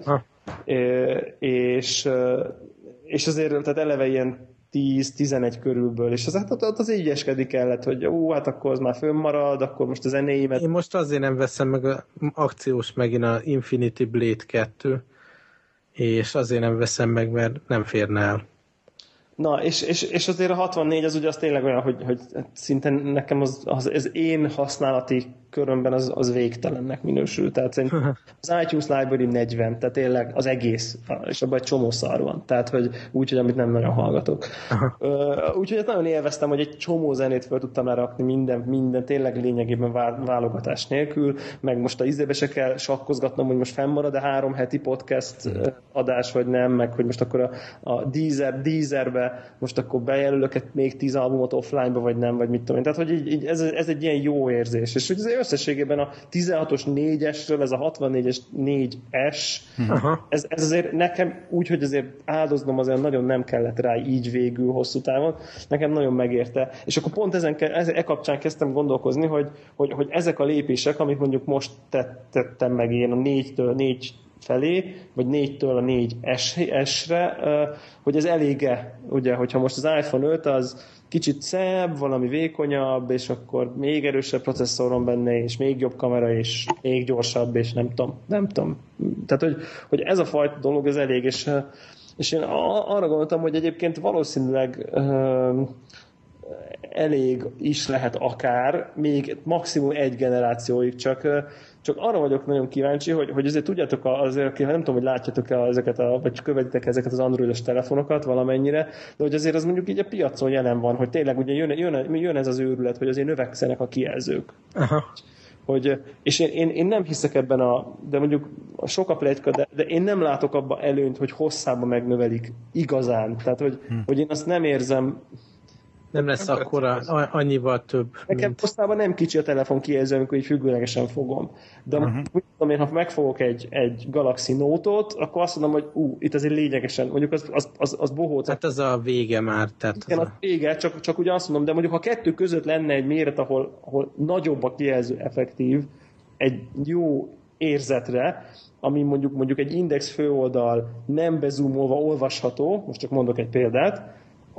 é, és, és azért tehát eleve ilyen tíz-tizenegy körülből, és az, hát ott az ügyeskedni kellett, hogy ó, hát akkor az már fönnmarad, akkor most a zenéimet... Én most azért nem veszem meg a akciós megint a Infinity Blade kettő, és azért nem veszem meg, mert nem férne el. Na, és, és, és azért a hatvannégy az ugye az tényleg olyan, hogy, hogy szinte nekem az, az, az én használati körömben az, az végtelennek minősül. Tehát az iTunes Library negyven, tehát tényleg az egész, és abban egy csomó szar van. Tehát, hogy úgy, hogy amit nem nagyon hallgatok. Úgyhogy nagyon élveztem, hogy egy csomó zenét fel tudtam lerakni, minden, minden tényleg lényegében válogatás nélkül, meg most a ízébe se kell sakkozgatnom, hogy most fennmarad-e három heti podcast adás, vagy nem, meg hogy most akkor a, a Deezer, Deezerbe most akkor bejelölök még tíz albumot offline-ba, vagy nem, vagy mit tudom én. Tehát, hogy így, így ez, ez egy ilyen jó érzés. És hogy összességében a tizenhatos négyesről ez a hatvannégyes négy es, ez, ez azért nekem úgy, hogy azért áldoznom azért nagyon nem kellett rá így végül hosszú távon, nekem nagyon megérte. És akkor pont ezen ez, e kapcsán kezdtem gondolkozni, hogy, hogy, hogy ezek a lépések, amit mondjuk most tettem meg én a négytől négy felé, vagy négytől a négy S-re, hogy ez elége, ugye, hogyha most az iPhone öt az kicsit szebb, valami vékonyabb, és akkor még erősebb processzor van benne, és még jobb kamera, és még gyorsabb, és nem tudom, nem tudom. Tehát, hogy, hogy ez a fajta dolog, ez elég, és, és én arra gondoltam, hogy egyébként valószínűleg uh, elég is lehet akár, még maximum egy generációig, csak Csak arra vagyok nagyon kíváncsi, hogy, hogy azért tudjátok, azért, nem tudom, hogy látjátok-e ezeket, a, vagy követitek ezeket az androidos telefonokat valamennyire, de hogy azért az mondjuk így a piacon jelen van, hogy tényleg ugye jön, jön, jön ez az őrület, hogy azért növekszenek a kijelzők. Aha. Hogy, és én, én, én nem hiszek ebben a, de mondjuk sok a pletyka, de, de én nem látok abban előnyt, hogy hosszában megnövelik igazán. Tehát, hogy, hm. hogy én azt nem érzem. Nem lesz akkora, annyival több. Nekem mint... posztában nem kicsi a telefon kijelző, amikor így függőlegesen fogom. De uh-huh. tudom én, ha megfogok egy, egy Galaxy Note-ot, akkor azt mondom, hogy ú, itt azért lényegesen, mondjuk az, az, az, az bohóc. Hát az a vége már. Tehát igen, az, az a vége, csak, csak ugye azt mondom, de mondjuk ha kettő között lenne egy méret, ahol, ahol nagyobb a kijelző effektív, egy jó érzetre, ami mondjuk, mondjuk egy Index főoldal nem bezumolva olvasható, most csak mondok egy példát,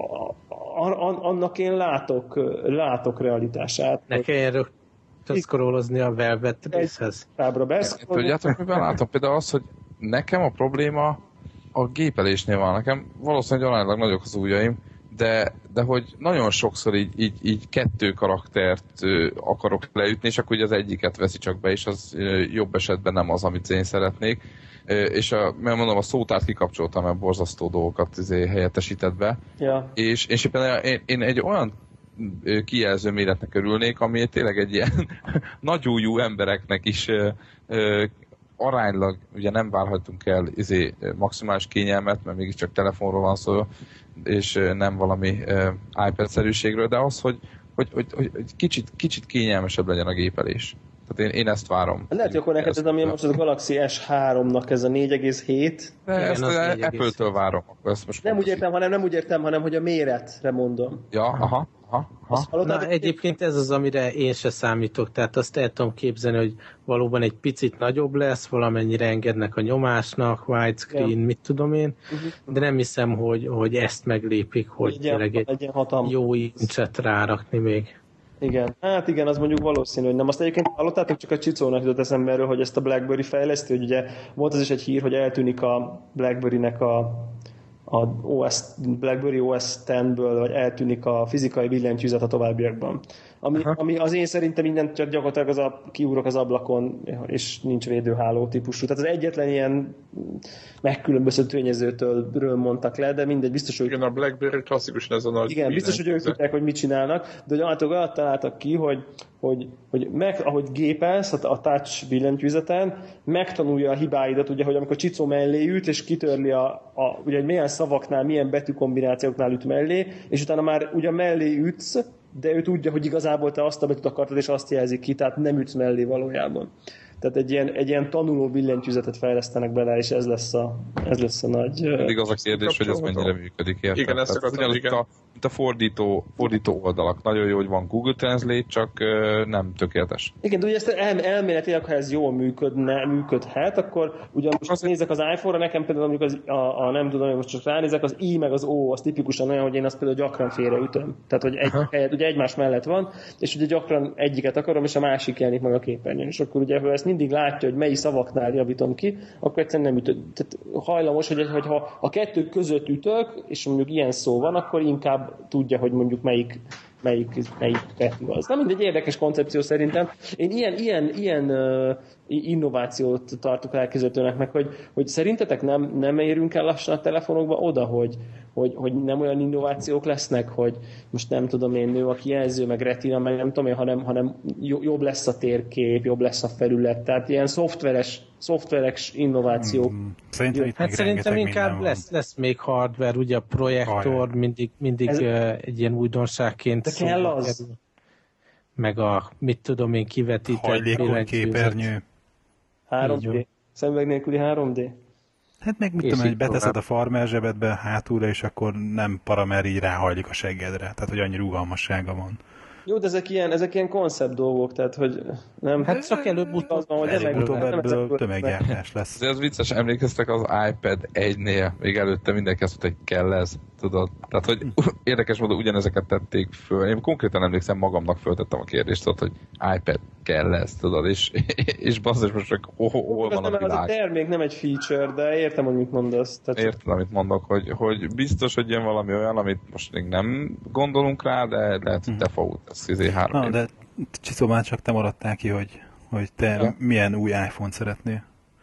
annak én látok, látok realitását. Ne kelljen rögtön szkrollozni a Velvet részhez. Tudjátok, miben látom? Például az, hogy nekem a probléma a gépelésnél van. Nekem valószínűleg aránylag nagyok az ujjaim, de, de hogy nagyon sokszor így, így, így kettő karaktert ö, akarok leütni, és akkor ugye az egyiket veszi csak be, és az ö, jobb esetben nem az, amit én szeretnék. Ö, és a, mert mondom, a szótárt kikapcsoltam, mert borzasztó dolgokat izé, helyettesített be. Ja. És, és éppen én, én egy olyan kijelző méretnek örülnék, ami tényleg egy ilyen nagyújú embereknek is ö, ö, aránylag, ugye nem várhatunk el izé, maximális kényelmet, mert mégiscsak telefonról van szó, és nem valami uh, iPad-szerűségről, de az, hogy, hogy, hogy, hogy kicsit, kicsit kényelmesebb legyen a gépelés. Tehát én, én ezt várom. Lehet, hogy akkor neked ez, ami most a Galaxy S háromnak ez a négy egész hét. De ezt Apple-től várom. Akkor ezt most nem úgy értem, hanem nem úgy értem, hanem hogy a méretre mondom. Ja, aha. Ha, ha. Na, egyébként ez az, amire én se számítok, tehát azt el tudom képzelni, hogy valóban egy picit nagyobb lesz, valamennyire engednek a nyomásnak, widescreen, yeah. mit tudom én, uh-huh. de nem hiszem, hogy, hogy ezt meglépik, hogy tényleg egy, egy jó incset rárakni még. Igen, hát igen, az mondjuk valószínű, hogy nem. Azt egyébként hallottátok, csak a Csicónak jutott eszembe erről, hogy ezt a BlackBerry fejlesztő, hogy ugye volt az is egy hír, hogy eltűnik a BlackBerry-nek a, a o es, BlackBerry o es tízből, vagy eltűnik a fizikai billentyűzet a továbbiakban. Ami, ami az én szerintem mindent csak gyakorlatilag az a, kiúrok az ablakon, és nincs védőháló típusú. Tehát az egyetlen ilyen megkülönböztető tényezőtől mondtak le, de mindegy, biztos, hogy... Igen, a BlackBerry klasszikusan ez a nagy... Igen, biztos, hogy ők tudják, hogy mit csinálnak, de hogy általában olyat találtak ki, hogy, hogy, hogy meg, ahogy gépelsz a touch billentyűzeten, megtanulja a hibáidat, ugye, hogy amikor Csicó mellé üt, és kitörli a, a ugye, milyen szavaknál, milyen betűkombinációknál üt mellé, és utána már ugye mellé ütsz, de ő tudja, hogy igazából te azt a betűt akartad, és azt jelzik ki, tehát nem ütsz mellé valójában. Tehát egy ilyen, egy ilyen tanuló billentyűzetet fejlesztenek bele, és ez lesz a, ez lesz a nagy... Mindig az a kérdés, hogy ez mennyire működik, érted? Igen, ezt akartam, igen. A, mint a fordító, fordító oldalak. Nagyon jó, hogy van Google Translate, csak uh, nem tökéletes. Igen, de ugye ezt el, elméletileg, ha ez jól működne, működhet, akkor ugyan most az... nézek az iPhone-ra, nekem például mondjuk az, a, a nem tudom, most csak ránézek, az I meg az O, az tipikusan olyan, hogy én azt például gyakran félreütöm. Tehát, hogy egy helyet, ugye egymás mellett van, és ugye gyakran egyiket akarom, és a másik jelenik meg a képernyőn. És akkor ugye, ha ezt mindig látja, hogy mely szavaknál javítom ki, akkor egyszerűen nem ütök. Tehát hajlamos, hogy, hogy ha a kettő között ütök, és mondjuk ilyen szó van, akkor inkább tudja, hogy mondjuk melyik melyik, melyik igaz. Nem mindegy, érdekes koncepció szerintem. Én ilyen, ilyen, ilyen uh, innovációt tartok elképzelhetőnek meg, hogy, hogy szerintetek nem, nem érünk el lassan a telefonokba oda, hogy, hogy, hogy nem olyan innovációk lesznek, hogy most nem tudom én, nő a kijelző, meg retina, meg nem tudom én, hanem, hanem jobb lesz a térkép, jobb lesz a felület. Tehát ilyen szoftveres, szoftveres innovációk. Hmm, szerintem hát szerintem inkább lesz, lesz még hardware, ugye a projektor Hajjá. mindig, mindig Ez... egy ilyen újdonságként de kell az. Kerül. Meg a, mit tudom én, kivetített hajlékony képernyő. három dé. Szemüveg nélküli három dé. Hát meg mit és tudom, hogy beteszed a farmer zsebedbe hátulra, és akkor nem para, mert így ráhajlik a seggedre. Tehát, hogy annyi rugalmassága van. Jó, de ezek ilyen, ezek ilyen koncept dolgok, tehát, hogy nem... Hát csak előbb-utóbb az van, hogy előbb-utóbb ebből tömeggyártás lesz. De az vicces, emlékeztek az iPad egynél, még előtte mindenki azt mondta, hogy kell ez, tudod? Tehát, hogy érdekes módon ugyanezeket tették föl. Én konkrétan emlékszem, magamnak föltettem a kérdést, tudod, hogy iPad kell ez, tudod, és, és basszus, most csak hol van a világ. Az egy termék, nem egy feature, de értem, hogy mit mondasz. Tehát... Értem, amit mondok, hogy, hogy biztos, hogy jön valami olyan, amit most még nem gondolunk rá, de lehet, hogy default lesz izé három Na, de Csicó, már csak te maradtál ki, hogy, hogy te ja. milyen új iPhone-t szeretnél.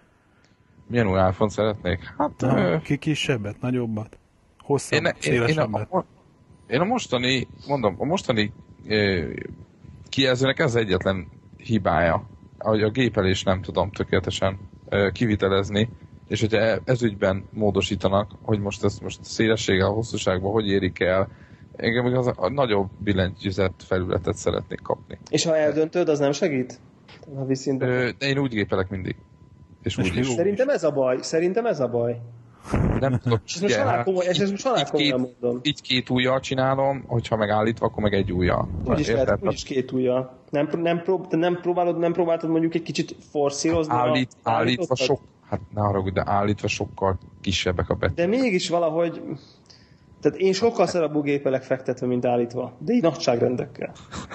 Milyen új iPhone-t szeretnék? Hát... Na, ö... ki kisebbet, nagyobbat? Hosszabbat, szélesebbet? Én, én, én a mostani, mondom, a mostani eh, kijelzőnek ez egyetlen hibája, hogy a gépelés nem tudom tökéletesen eh, kivitelezni, és hogyha ez ügyben módosítanak, hogy most ezt most szélességgel, hosszúságban hogy érik el, engem az a nagyobb billentyűzet felületet szeretnék kapni. És ha eldöntöd, az nem segít? Ha Ö, de én úgy gépelek mindig. És úgy is. Szerintem ez a baj. Szerintem ez a baj. Nem tudok. És most halálkomolyan halál mondom. Így két ujjal csinálom, hogyha megállítva, akkor meg egy ujjal. Úgyis lehet, úgyis két ujjal. Nem, nem, prób- nem, próbálod, nem próbáltad mondjuk egy kicsit forszírozni? Állít, a, állítva sok, hát ne haragudj, de állítva sokkal kisebbek a betűk. De mégis valahogy, tehát én sokkal szarabbul gépelek fektetve, mint állítva. De így nagyságrendekkel.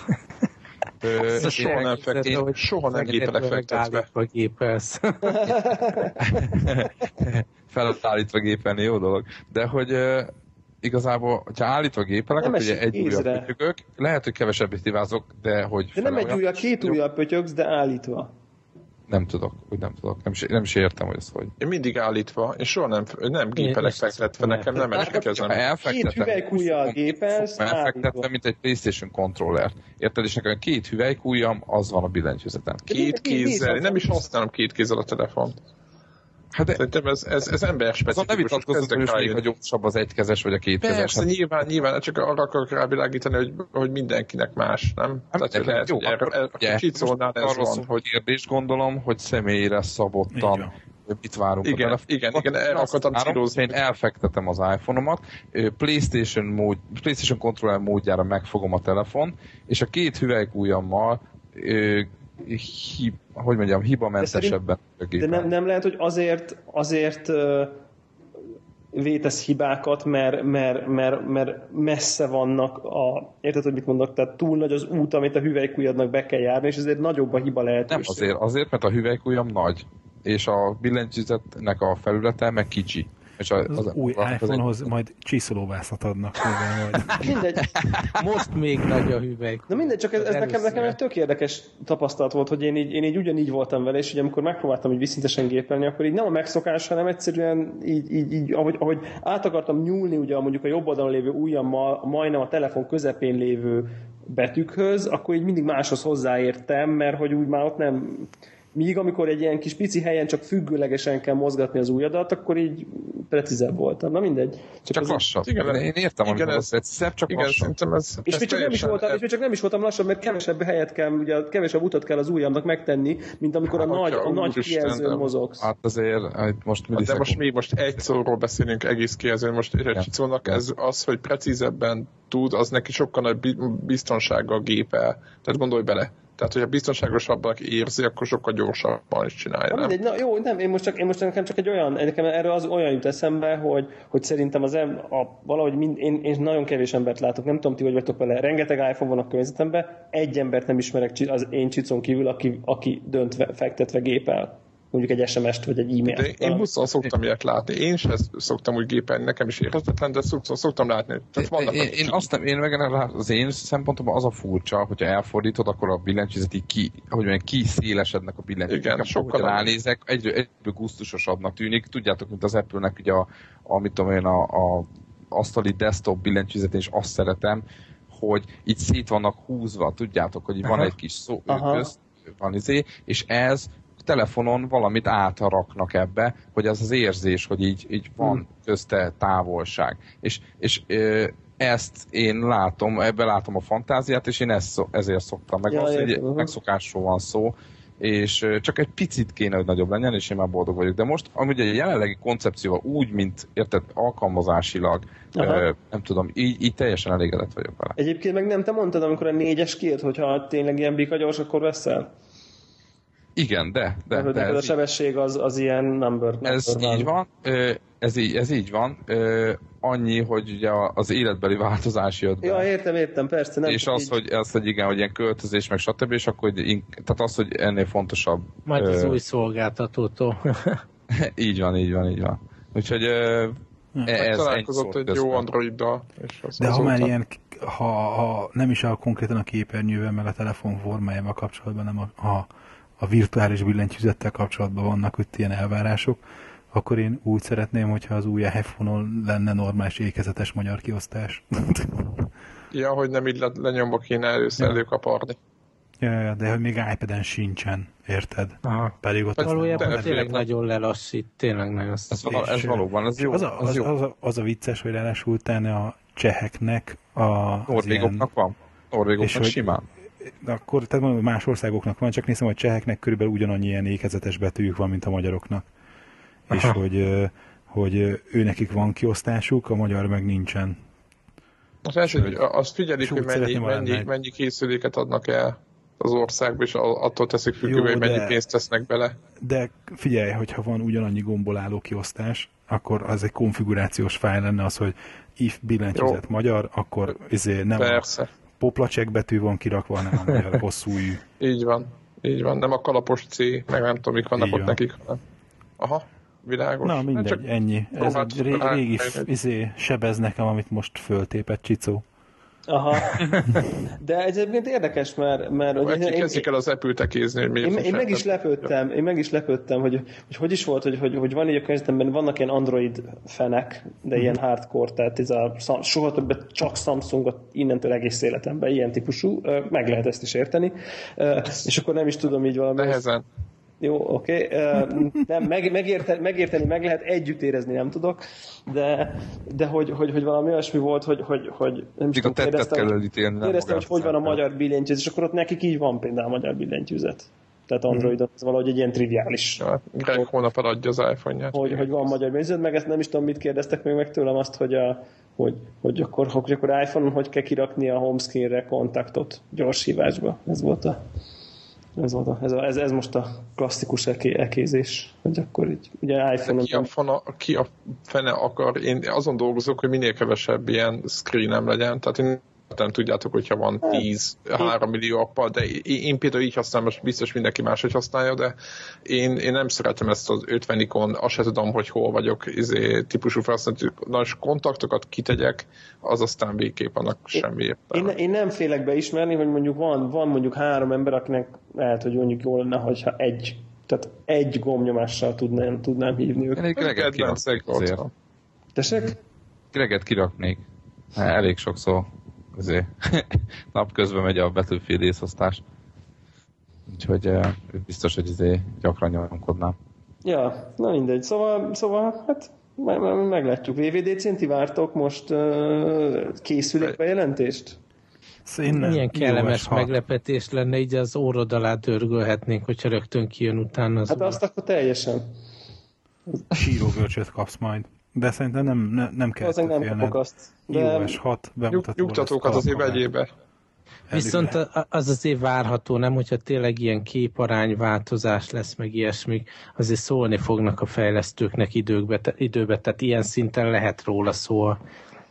Ö, soha nem, fekt, én soha nem gépelek fektetve. Gépelsz. Felállítva gépelni jó dolog. De hogy uh, igazából, ha állítva gépelek, akkor ugye egy ujjal pötyögök, lehet, hogy kevesebbet hibázok, de hogy... De nem egy ujjal, két ujjal pötyögsz, de állítva. Nem tudok, úgy nem tudok. Nem is, nem is értem, hogy ez hogy. Én mindig állítva, és soha nem, nem gépelek fektetve, nekem nem esik ezen. Két hüvelykujjal gépelsz, elfektetve, mint egy PlayStation controller. Érted? És nekem két hüvelykujjam, az van a billentyűzeten. Két kézzel, nem is használom két kézzel a telefont. Hát de, szerintem ez, ez, ez ember specifikus. Azon ne vitatkozzunk, hogy még a gyorsabb az egykezes vagy a kétkezes. Persze, nyilván, nyilván, csak arra akarok rávilágítani, hogy, hogy mindenkinek más, nem? nem Tehát, hogy lehet, jó, hogy erről, a Csicónál ez van, hogy kérdés gondolom, hogy személyre szabottan hogy mit várunk igen, a telefon. Igen, igen, erre akartam círozni. Én elfektetem az iPhone-omat, PlayStation, mód, PlayStation controller módjára megfogom a telefon, és a két hüvelykujjammal hib, hogy mondjam, hibamentesebben. De, de nem, nem lehet, hogy azért, azért uh, vétesz hibákat, mert, mert, mert, mert messze vannak a... Érted, hogy mit mondok? Tehát túl nagy az út, amit a hüvelykujjadnak be kell járni, és ezért nagyobb a hiba lehetőség. Nem azért, azért, mert a hüvelykujjam nagy, és a billentyűzetnek a felülete meg kicsi. És az, az, az új az iPhone-hoz egy... majd csiszolóvászat adnak. Majd. Mindegy. Most még nagy a hüvelyk. Na mindegy, csak ez, ez nekem, nekem egy tök érdekes tapasztalat volt, hogy én így, én így ugyanígy voltam vele, és ugye amikor megpróbáltam így viszintesen gépelni, akkor így nem a megszokás, hanem egyszerűen így, így, így ahogy, ahogy át akartam nyúlni ugye mondjuk a jobb oldalon lévő ujjammal, majdnem a telefon közepén lévő betűkhöz, akkor így mindig máshoz hozzáértem, mert hogy úgy már ott nem... Míg amikor egy ilyen kis pici helyen csak függőlegesen kell mozgatni az ujjadat, akkor így precízebb voltam. Na mindegy. Csak, csak lassabb. Igen, én értem, hogy ez szebb, csak igen, lassabb. Ez, és még csak, nem is voltam, és még csak nem is voltam lassabb, mert kevesebb helyet kell, ugye kevesebb utat kell az ujjamnak megtenni, mint amikor a hát, nagy, a nagy kijelzőn mozogsz. Hát azért most hát de most még most egy szóról beszélünk egész kijelzőn. Most egy Csicónak ez az, hogy precízebben tud, az neki sokkal nagy biztonsággal gépel. Tehát gondolj bele. Tehát, hogyha biztonságosabban érzi, akkor sokkal gyorsabban is csinálja. Na, mindegy, na, jó, nem, én most, csak, én most nekem csak egy olyan, nekem erről az olyan jut eszembe, hogy, hogy szerintem az em, a, valahogy mind, én, én nagyon kevés embert látok, nem tudom, ti hogy vagytok vele, rengeteg iPhone van a környezetemben, egy embert nem ismerek az én Csicón kívül, aki, aki döntve, fektetve gépel. Mondjuk egy es em es-t vagy egy e-mailt. De én buszon szoktam ilyet látni. Én sem szoktam úgy gépelni, nekem is érhetetlen, de szoktam, szoktam látni. Tehát én, én azt nem, én meg az én szempontomban az a furcsa, hogyha elfordítod, akkor a billentyűzet így ki, hogy mondjam, kiszélesednek a billentyűzetek. Igen, sokkal. Ránézek, egyre, egyre gusztusosabbnak tűnik. Tudjátok, mint az Apple-nek ugye a, a, mit tudom én, a, a asztali desktop billentyűzetén, és azt szeretem, hogy itt szét vannak húzva, tudjátok, hogy van egy kis szó, közt, van izé, és ez telefonon valamit átraknak ebbe, hogy az az érzés, hogy így, így van hmm. közte távolság. És, és ö, ezt én látom, ebben látom a fantáziát, és én ezt, ezért szoktam meg. Ja, az, hogy megszokásról van szó, és csak egy picit kéne, hogy nagyobb legyen, és én már boldog vagyok. De most, amúgy egy jelenlegi koncepcióval úgy, mint érted, alkalmazásilag, ö, nem tudom, így, így teljesen elégedett vagyok vele. Egyébként meg nem te mondtad, amikor a négyes kijött, hogyha tényleg ilyen bika gyors, akkor veszel? Igen, de... de, de, de ez a sebesség az, az ilyen number, number Ez van. így van, ez így, ez így van. Annyi, hogy ugye az életbeli változás jött be. Ja, értem, értem, persze. Nem és az, hogy, az, hogy igen, hogy ilyen költözés, meg stb. És akkor, hogy, tehát az, hogy ennél fontosabb. Majd az új szolgáltatótól. Így van, így van, így van. Úgyhogy ez találkozott egy jó Androiddal. De ha már ilyen, ha, ha nem is a konkrétan a képernyővel, meg a telefon formájával kapcsolatban, nem a, a a virtuális billentyűzettel kapcsolatban vannak itt ilyen elvárások, akkor én úgy szeretném, hogyha az új iPhone-on lenne normális ékezetes magyar kiosztás. Ja, hogy nem így le, lenyomva kéne először ja. előkaparni. Ja, ja, de hogy még iPad-en sincsen, érted? Aha. Pedig ott valójában tényleg nagyon lelassít, tényleg nagyon ez, val- ez valóban, ez jó. Az a, az, az, jó. Az, a, az a vicces, hogy ráadásul utána a cseheknek a... Norvégoknak ilyen, van? Norvégoknak simán? Akkor, tehát mondom, más országoknak van, csak nézem, hogy cseheknek körülbelül ugyanannyi ilyen ékezetes betűjük van, mint a magyaroknak. Aha. És hogy, hogy őnekik van kiosztásuk, a magyar meg nincsen. Az első, hogy azt figyelik, hogy mennyi, mennyi, mennyi készüléket adnak el az országba, és attól teszik függővé, hogy mennyi de, pénzt tesznek bele. De figyelj, hogyha van ugyanannyi gombbal álló kiosztás, akkor az egy konfigurációs fájl lenne az, hogy if billentyűzet magyar, akkor izé nem Persze. a poplacsek betű van kirakva, hanem a magyar hosszújú. Így van, így van. Nem a kalapos C, meg nem tudom, mik vannak így ott van. Nekik. Aha, világos. Na mindegy, csak ennyi. Ez egy ré- régi f- izé, sebez nekem, amit most föltépett Csicó. Aha. De egyébként érdekes, mert... mert hogy én, kezdjük el az Apple-t ekézni, hogy miért én, én meg is lepődtem, én meg is lepődtem, hogy hogy, hogy is volt, hogy, hogy, hogy van így a környezetemben, vannak ilyen Android fenek, de ilyen hardcore, tehát ez a, soha többet csak Samsungot innentől egész életemben, ilyen típusú, meg lehet ezt is érteni, és akkor nem is tudom így valami... Nehezen. Jó, oké. Okay. Nem, meg, megérteni, megérteni meg lehet, együtt érezni nem tudok, de, de hogy, hogy, hogy valami olyasmi volt, hogy, hogy, hogy nem is tudom, kérdeztem, kérdeztem, hogy hogy van a magyar billentyűzet, és akkor ott nekik így van például a magyar billentyűzet. tehát Androidon ez valahogy egy ilyen triviális. Ja, Greg holnap eladja az iPhone-ját. Hogy, hogy van magyar méződ, meg ezt nem is tudom, mit kérdeztek még meg tőlem azt, hogy, a, hogy, hogy, akkor, hogy akkor iPhone-on hogy kell kirakni a homescreen-re kontaktot gyors hívásba. Ez volt a Ez, volt a, ez, a, ez, ez most a klasszikus eké, ekézés, hogy akkor így, ugye iPhone-on... Ki a, fana, ki a fene akar, én azon dolgozok, hogy minél kevesebb ilyen screenem legyen, tehát én nem tudjátok, hogyha van tíz, három millió appal, de én, én például így használom, most biztos mindenki máshogy használja, de én, én nem szeretem ezt az ötven ikon, azt se tudom, hogy hol vagyok, izé, típusú felhasználó, nagy kontaktokat kitegyek, az aztán végképp annak semmi értelme. Én, én nem félek beismerni, hogy mondjuk van, van mondjuk három ember, akinek lehet, hogy mondjuk jól lenne, hogyha egy, tehát egy gombnyomással tudnám, tudnám hívni őket. Én Greget kiraknék azért. Tessék? Greget kiraknék. Elég sokszor azért napközben megy a Battlefield észosztás. Úgyhogy biztos, hogy azért gyakran nyomkodnám. Ja, na mindegy. Szóval, szóval hát meglátjuk. vé vé dé cén ti vártok most uh, készülék bejelentést? Milyen kellemes meglepetés lenne, így az órod alá dörgölhetnénk, hogyha rögtön kijön utána az Hát úr. azt akkor teljesen. Sírógörcsöt kapsz majd. De szerintem nem, ne, nem kell Azért nem kapok azt. De iOS hat bemutató. Nyugtatókat az év egyébe. Viszont az azért várható, nem, hogyha tényleg ilyen képarány változás lesz, meg ilyesmi, azért szólni fognak a fejlesztőknek időkbe, időbe, tehát ilyen szinten lehet róla szó a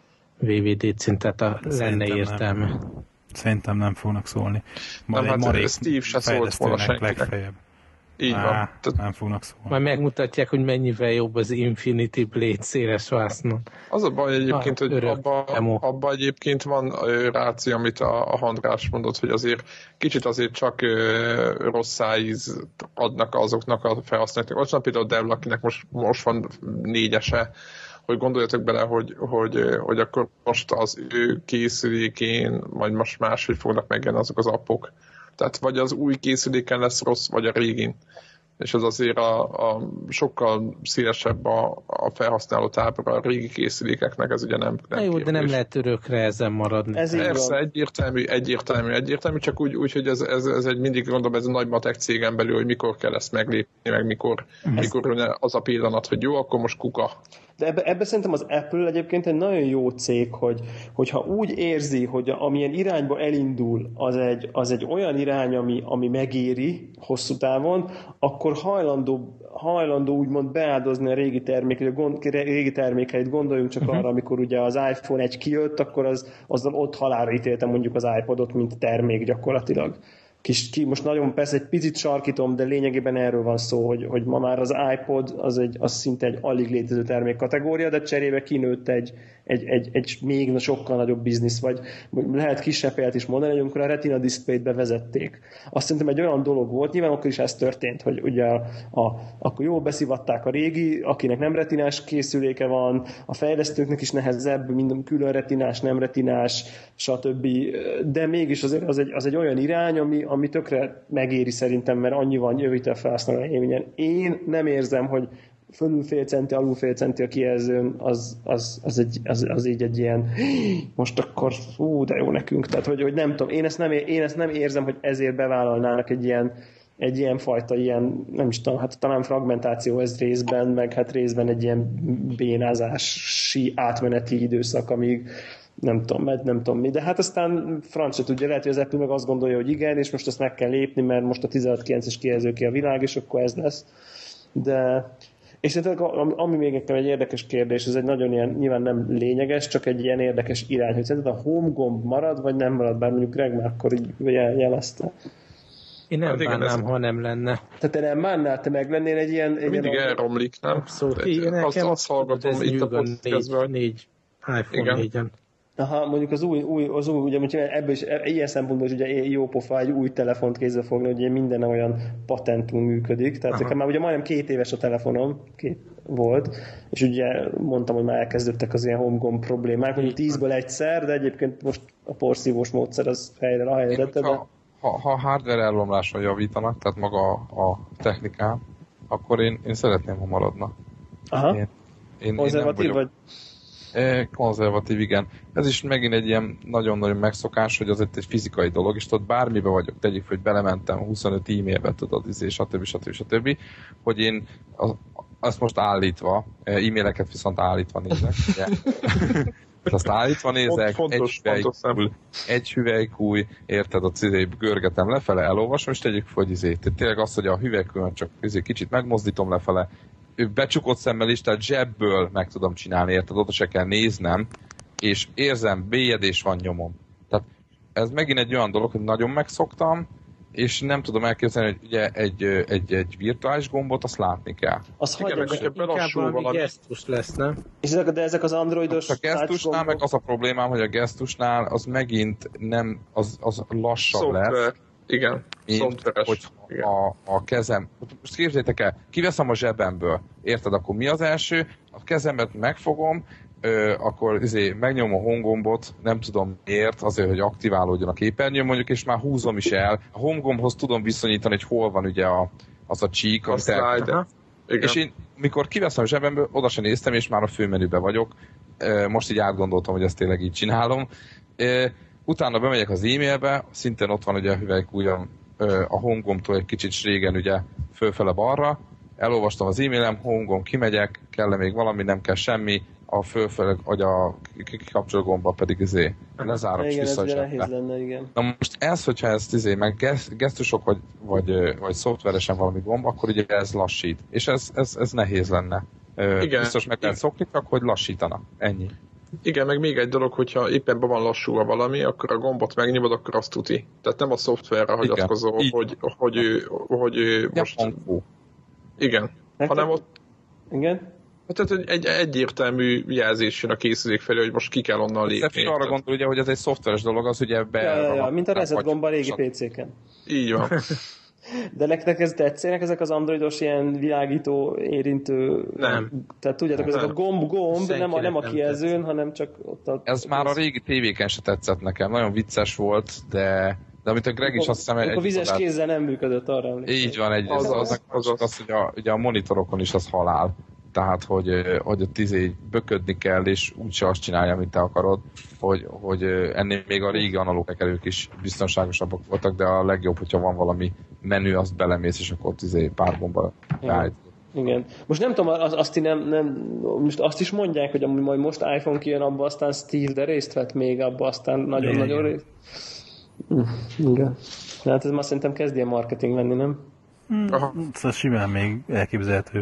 vé vé dé cén, tehát a, lenne értelme. Nem. Szerintem nem fognak szólni. Majd nem, hát Steve se szólt volna senkinek. Legfeljebb. Így Á, van. Tehát nem fognak szólni. Majd megmutatják, hogy mennyivel jobb az Infinity Blade széles vásznon. Az a baj egyébként, ah, hogy abban abba egyébként van ráció, amit a, a Handrás mondott, hogy azért kicsit azért csak ö, rossz szájíz adnak azoknak a felhasználóknak. Most van például a Dell, akinek most, most van négyese, hogy gondoljatok bele, hogy, hogy, hogy akkor most az ő készülékén, majd most máshogy fognak megjelenni azok az appok. Tehát vagy az új készüléken lesz rossz, vagy a régin. És ez azért a, a sokkal szélesebb a, a felhasználó tábora a régi készülékeknek, ez ugye nem, nem jó, kérdés. de nem lehet örökre ezen maradni. Ez Persze, egyértelmű, egyértelmű, egyértelmű, csak úgy, úgy hogy ez, ez, ez egy mindig gondolom, ez a nagy matek cégen belül, hogy mikor kell ezt meglépni, meg mikor, mikor az a pillanat, hogy jó, akkor most kuka. De ebbe, ebbe szerintem az Apple egyébként egy nagyon jó cég, hogy, hogyha úgy érzi, hogy amilyen irányba elindul, az egy, az egy olyan irány, ami, ami megéri hosszú távon, akkor hajlandó, hajlandó úgymond beáldozni a régi termékeit, a gond, régi termékeit. Gondoljunk csak uh-huh. arra, amikor ugye az iPhone egy kijött, akkor az, azzal ott halálra ítélte mondjuk az iPodot, mint termék gyakorlatilag. Kis, ki, most nagyon persze egy picit sarkítom, de lényegében erről van szó, hogy, hogy ma már az iPod az, egy, az szinte egy alig létező termékkategória, de cserébe kinőtt egy, egy, egy, egy még sokkal nagyobb biznisz, vagy lehet kisebb példát is mondani, hogy amikor a Retina diszpléjt bevezették. Azt szerintem egy olyan dolog volt, nyilván akkor is ez történt, hogy ugye a, a, akkor jól beszivatták a régi, akinek nem retinás készüléke van, a fejlesztőknek is nehezebb, minden külön retinás, nem retinás, stb. De mégis azért az egy, az egy olyan irány, ami ami tökre megéri szerintem, mert annyi van jövőtel felhasználó élményen. Én nem érzem, hogy fölül fél centi, alul fél centi a kijelzőn, az, az, az, egy, az, az így egy ilyen most akkor ú, de jó nekünk. Tehát, hogy, hogy nem tudom, én ezt nem, én ezt nem érzem, hogy ezért bevállalnának egy ilyen, egy ilyen fajta ilyen, nem is tudom, hát talán fragmentáció ez részben, meg hát részben egy ilyen bénázási átmeneti időszak, amíg nem tudom, med, nem tudom mi, de hát aztán franc se tudja, lehet, hogy az Apple meg azt gondolja, hogy igen, és most azt meg kell lépni, mert most a tizenhat kilences kijelző ki a világ, és akkor ez lesz. De, és ami még nekem egy érdekes kérdés, ez egy nagyon ilyen, nyilván nem lényeges, csak egy ilyen érdekes irány, hogy szerinted a home gomb marad, vagy nem marad, bár mondjuk Greg már akkor így jelezte. Én nem bánnám, ha nem lenne. Tehát te nem bánnál, te meg lennél egy ilyen... Mindig ilyen elromlik, nem? Abszolút. Igen, azt, azt hallgatom itt a podcastben. Négy, négy iPhone négyen. Aha, mondjuk az új, új, az új ugye, mondjuk ebből is, ilyen szempontból is ugye jó pofa egy új telefont kézzel fogni, hogy minden olyan patentum működik. Tehát aha. Már ugye majdnem két éves a telefonom, két volt, és ugye mondtam, hogy már elkezdődtek az ilyen homegomb problémák, mondjuk tízből egyszer, de egyébként most a porszívós módszer az helyre a helyre. De... Ha, ha, ha hardware elromlásra javítanak, tehát maga a technikán, akkor én, én szeretném, ha maradna. Aha. Én, én, konzervatív én vagy? Konzervatív, igen. Ez is megint egy ilyen nagyon-nagyon megszokás, hogy az egy fizikai dolog, és tudod, bármibe vagyok, tegyük, hogy belementem huszonöt e-mailbe, tudod, és stb. stb. stb. Hogy én az, azt most állítva, e-maileket viszont állítva nézek, ugye? Azt állítva nézek, fontos, egy, hüvelykúj, egy hüvelykúj, érted, a cizébb görgetem lefele, elolvasom, és tegyük, hogy izé, tényleg az, hogy a hüvelykújmat csak izé kicsit megmozdítom lefele, becsukott szemmel is, tehát zsebből meg tudom csinálni, érted, oda se kell néznem, és érzem, bélyedés van nyomom. Tehát ez megint egy olyan dolog, hogy nagyon megszoktam, és nem tudom elképzelni, hogy ugye egy, egy, egy virtuális gombot, azt látni kell. Az igen, meg inkább valami gesztus lesz, nem? És ezek, de ezek az androidos... A gesztusnál meg az a problémám, hogy a gesztusnál az megint nem, az, az lassabb Software. lesz. Igen, szoftveres. Hogy igen. A, a kezem... Most képzeljétek el, kiveszem a zsebemből, érted, akkor mi az első? A kezemet megfogom, Ö, akkor izé, megnyomom a home gombot, nem tudom miért, azért, hogy aktiválódjon a képernyő mondjuk, és már húzom is el. A home gombhoz tudom viszonyítani, hogy hol van ugye a, az a csík, a slide. És én, mikor kiveszem a zsebemből, oda sem néztem, és már a főmenüben vagyok. Most így átgondoltam, hogy ezt tényleg így csinálom. Utána bemegyek az e-mailbe, szintén ott van ugye a hüvelykújam a home gombtól egy kicsit régen ugye fölfele balra. Elolvastam az e-mailem, home gomb, kimegyek, kell még valami, nem kell semmi, a fölfele, vagy a kikapcsoló gomba pedig izé lezárok, és vissza is lenne, igen. Na most ez, hogyha ezt izé, meg gesztusok, vagy, vagy, vagy szoftveresen valami gomb, akkor ugye ez lassít. És ez, ez, ez nehéz lenne. Igen. Biztos meg lehet szokni, csak hogy lassítana. Ennyi. Igen, meg még egy dolog, hogyha éppen be van lassulva valami, akkor a gombot megnyomod, akkor azt tuti. Tehát nem a szoftverre hagyatkozol, hogy, hogy, hogy, ő, hogy ő most... Igen. Nektek? Hanem ott... Igen? Tehát egy egyértelmű jelzés jön a készülék felé, hogy most ki kell onnan lépni. De arra gondol ugye, hogy ez egy szoftveres dolog, az ugye be... Ja, ja, ja, mint a reset gomba a régi pé céken. Így van. De nektek ez tetszenek, ezek az androidos ilyen világító, érintő... Nem. Tehát tudjátok, ezek a gomb-gomb, nem a, nem a kijelzőn, hanem csak ott a... Ez már a régi tévéken se tetszett nekem. Nagyon vicces volt, de... De amit a Greg is azt hiszem... Egy a vizes adás... kézzel nem működött, arra emlékszem. Így van, egy, az, az, az, az, az, az, hogy a, ugye a monitorokon is az halál. Tehát, hogy, hogy ott izé böködni kell, és úgyse azt csinálja, amit te akarod, hogy, hogy ennél még a régi analóg elők is biztonságosabbak voltak, de a legjobb, hogyha van valami menü, azt belemész, és akkor ott izé pár gomba rájt. Igen. Most nem tudom, azt, nem, nem, most azt is mondják, hogy majd most iPhone kijön, abba aztán Steve, de részt vett még abba, aztán nagyon-nagyon részt. Igen. Hát ez már szerintem kezd ilyen marketing lenni, nem? Aha. Szóval simán még elképzelhető.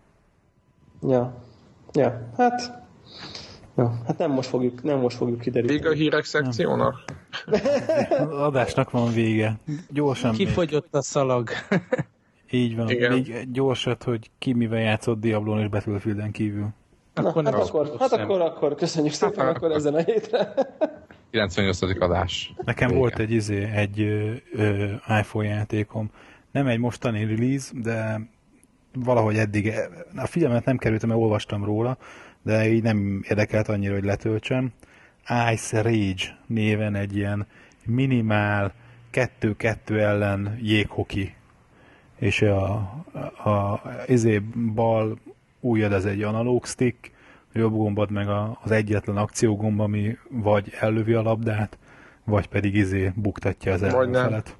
Ja. Ja, hát... Ja, hát nem most fogjuk, nem most fogjuk kideríteni. Vége a hírek szekciónak? Az adásnak van vége. Gyorsan kifogyott még. A szalag. Így van. Igen. Még gyorsat, hogy ki mivel játszott Diablón és Battlefielden kívül. Na, akkor hát, akkor, hát akkor, akkor, köszönjük szépen akkor ezen a hétre. kilencvennyolcadik adás. Nekem vége. Volt egy izé, egy ö, ö, iPhone játékom. Nem egy mostani release, de valahogy eddig, a figyelmet nem kerültem, mert olvastam róla, de így nem érdekelt annyira, hogy letöltsem. Ice Rage néven egy ilyen minimál kettő-kettő ellen jéghoki. És a, a, a izé bal ujjad az egy analóg stick, a jobb gombad meg a, az egyetlen akciógomb, ami vagy ellövi a labdát, vagy pedig izé buktatja az ellenfelet.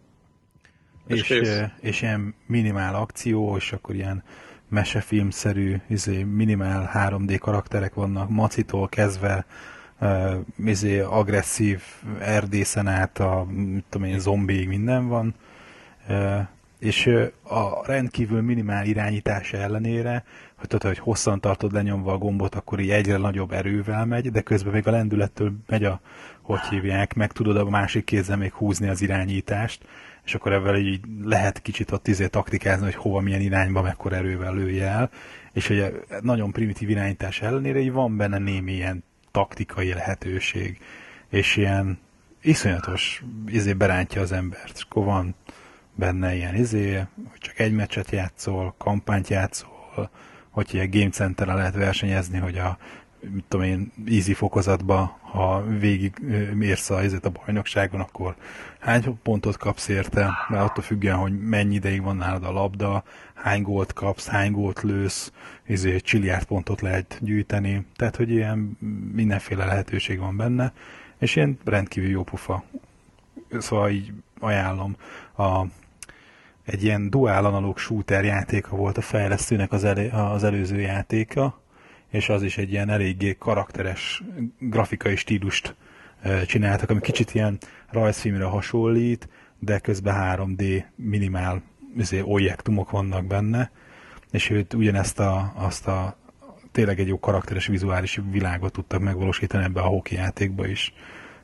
És, és, és ilyen minimál akció, és akkor ilyen mesefilmszerű, izé, minimál három dé karakterek vannak, macitól kezdve, uh, izé, agresszív erdészen át a tudom én, zombig minden van. Uh, és uh, a rendkívül minimál irányítása ellenére, hogy tudod, hogy hosszan tartod lenyomva a gombot, akkor így egyre nagyobb erővel megy, de közben még a lendülettől megy a, hogy hívják, meg tudod a másik kézzel még húzni az irányítást, és akkor ebben így lehet kicsit ott izé taktikázni, hogy hova, milyen irányba, mekkor erővel lője el, és ugye nagyon primitív irányítás ellenére így van benne némi ilyen taktikai lehetőség, és ilyen iszonyatos izé berántja az embert, és akkor van benne ilyen izé, hogy csak egy meccset játszol, kampányt játszol, hogy ilyen Game Center-re lehet versenyezni, hogy a mit tudom én, easy fokozatba, ha végig mérsz a, a bajnokságon, akkor hány pontot kapsz érte, mert attól függően, hogy mennyi ideig van nálad a labda, hány gólt kapsz, hány gólt lősz, ezért csilliárd pontot lehet gyűjteni, tehát hogy ilyen mindenféle lehetőség van benne, és ilyen rendkívül jó pufa. Szóval így ajánlom. A, egy ilyen dual analóg shooter játéka volt a fejlesztőnek az, elő, az előző játéka, és az is egy ilyen eléggé karakteres grafikai stílust csináltak, ami kicsit ilyen rajzfilmre hasonlít, de közben három dé minimál objektumok vannak benne, és őt ugyanezt a, azt a tényleg egy jó karakteres vizuális világot tudtak megvalósítani ebbe a hockey játékba is.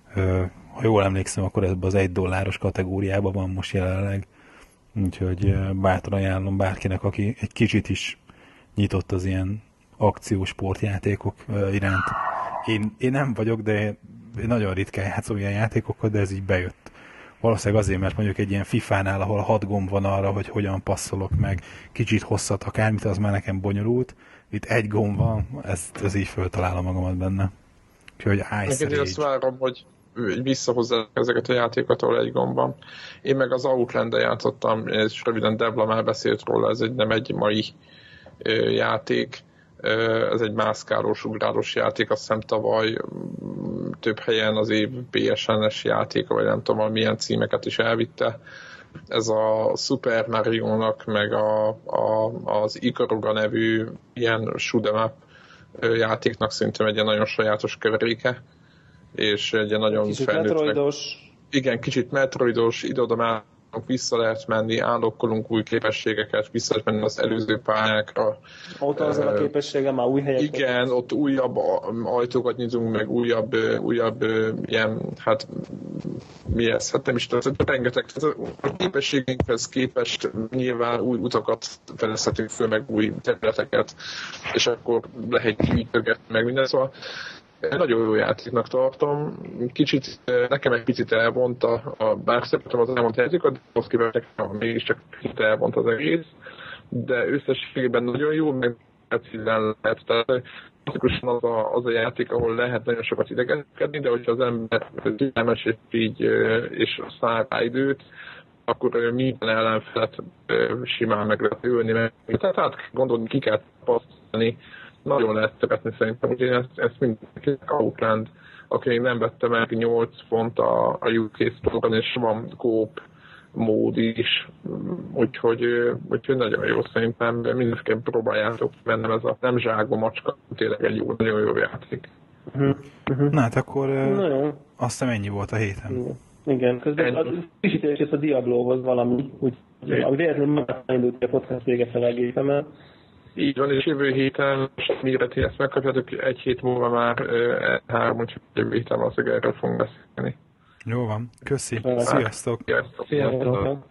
Ha jól emlékszem, akkor ebben az egy dolláros kategóriában van most jelenleg, úgyhogy bátran ajánlom bárkinek, aki egy kicsit is nyitott az ilyen akciós sportjátékok iránt. Én, én nem vagyok, de én nagyon ritkán játszom ilyen játékokat, de ez így bejött. Valószínűleg azért, mert mondjuk egy ilyen fifánál, ahol hat gomb van arra, hogy hogyan passzolok meg, kicsit hosszat, akármit, az már nekem bonyolult. Itt egy gomb van, ezt, ez így föltalálom magamat benne. Úgyhogy Ice Rage. Én azt várom, hogy visszahozzák ezeket a játékokat, ahol egy gomb van. Én meg az Outland-en játszottam, és röviden Debla már beszélt róla, ez egy nem egy mai ö, játék. Ez egy mászkálós, ugrálós játék, azt hiszem tavaly több helyen az év pé es en-es játéka, vagy nem tudom, milyen címeket is elvitte. Ez a Super Mario-nak, meg a, a, az Ikaruga nevű ilyen shoot'em up játéknak szerintem egy ilyen nagyon sajátos keveréke, és egy ilyen nagyon kicsit felnőtt. metroidos. Igen, kicsit metroidos, ide-oda már vissza lehet menni, állokkolunk új képességeket, vissza lehet menni az előző pályákra. Ott az a képessége, már új helyek. Igen, vagy. Ott újabb ajtókat nyitunk, meg újabb, újabb ilyen, hát mi ez? Hát nem is tudom, rengeteg. A képességünkhez képest nyilván új utakat fedezhetünk föl, meg új területeket, és akkor lehet gyűjtögetni, meg minden. Szóval nagyon jó játéknak tartom. Kicsit, nekem egy picit elvonta, a, bár szeretem az elvont játékot, de azt képest nekem mégiscsak picit elvont az egész, de összességében nagyon jó, meg precízen lehet. Tehát klasszikusan az a, az a játék, ahol lehet nagyon sokat idegeskedni, de hogyha az ember türelmes és így, és száll rá időt, akkor minden ellenfelet simán meg lehet ülni, meg. Tehát át kell gondolni, ki kell tapasztalni. Nagyon lehet szeretni szerintem, úgyhogy ezt, ezt mindenkinek Outland, aki még nem vette meg nyolc font a, a u ká Store-ban, és van kóp mód is, úgyhogy, úgyhogy nagyon jó szerintem, mindenképpen próbáljátok, bennem ez a nem zsákba macska, tényleg egy jó, nagyon jó játék. Uh-huh. Uh-huh. Na hát akkor uh, azt hiszem ennyi volt a héten. Igen, közben a, kicsit és a Diablohoz valami, úgy, a véletlenül megindult a podcast vége fel gépemen. Így van, és jövő héten, mire ti ezt megkapjátok, egy hét múlva már e három, úgyhogy jövő héten valószínűleg erről fogunk beszélni. Jó van, köszi, sziasztok! Sziasztok! Sziasztok.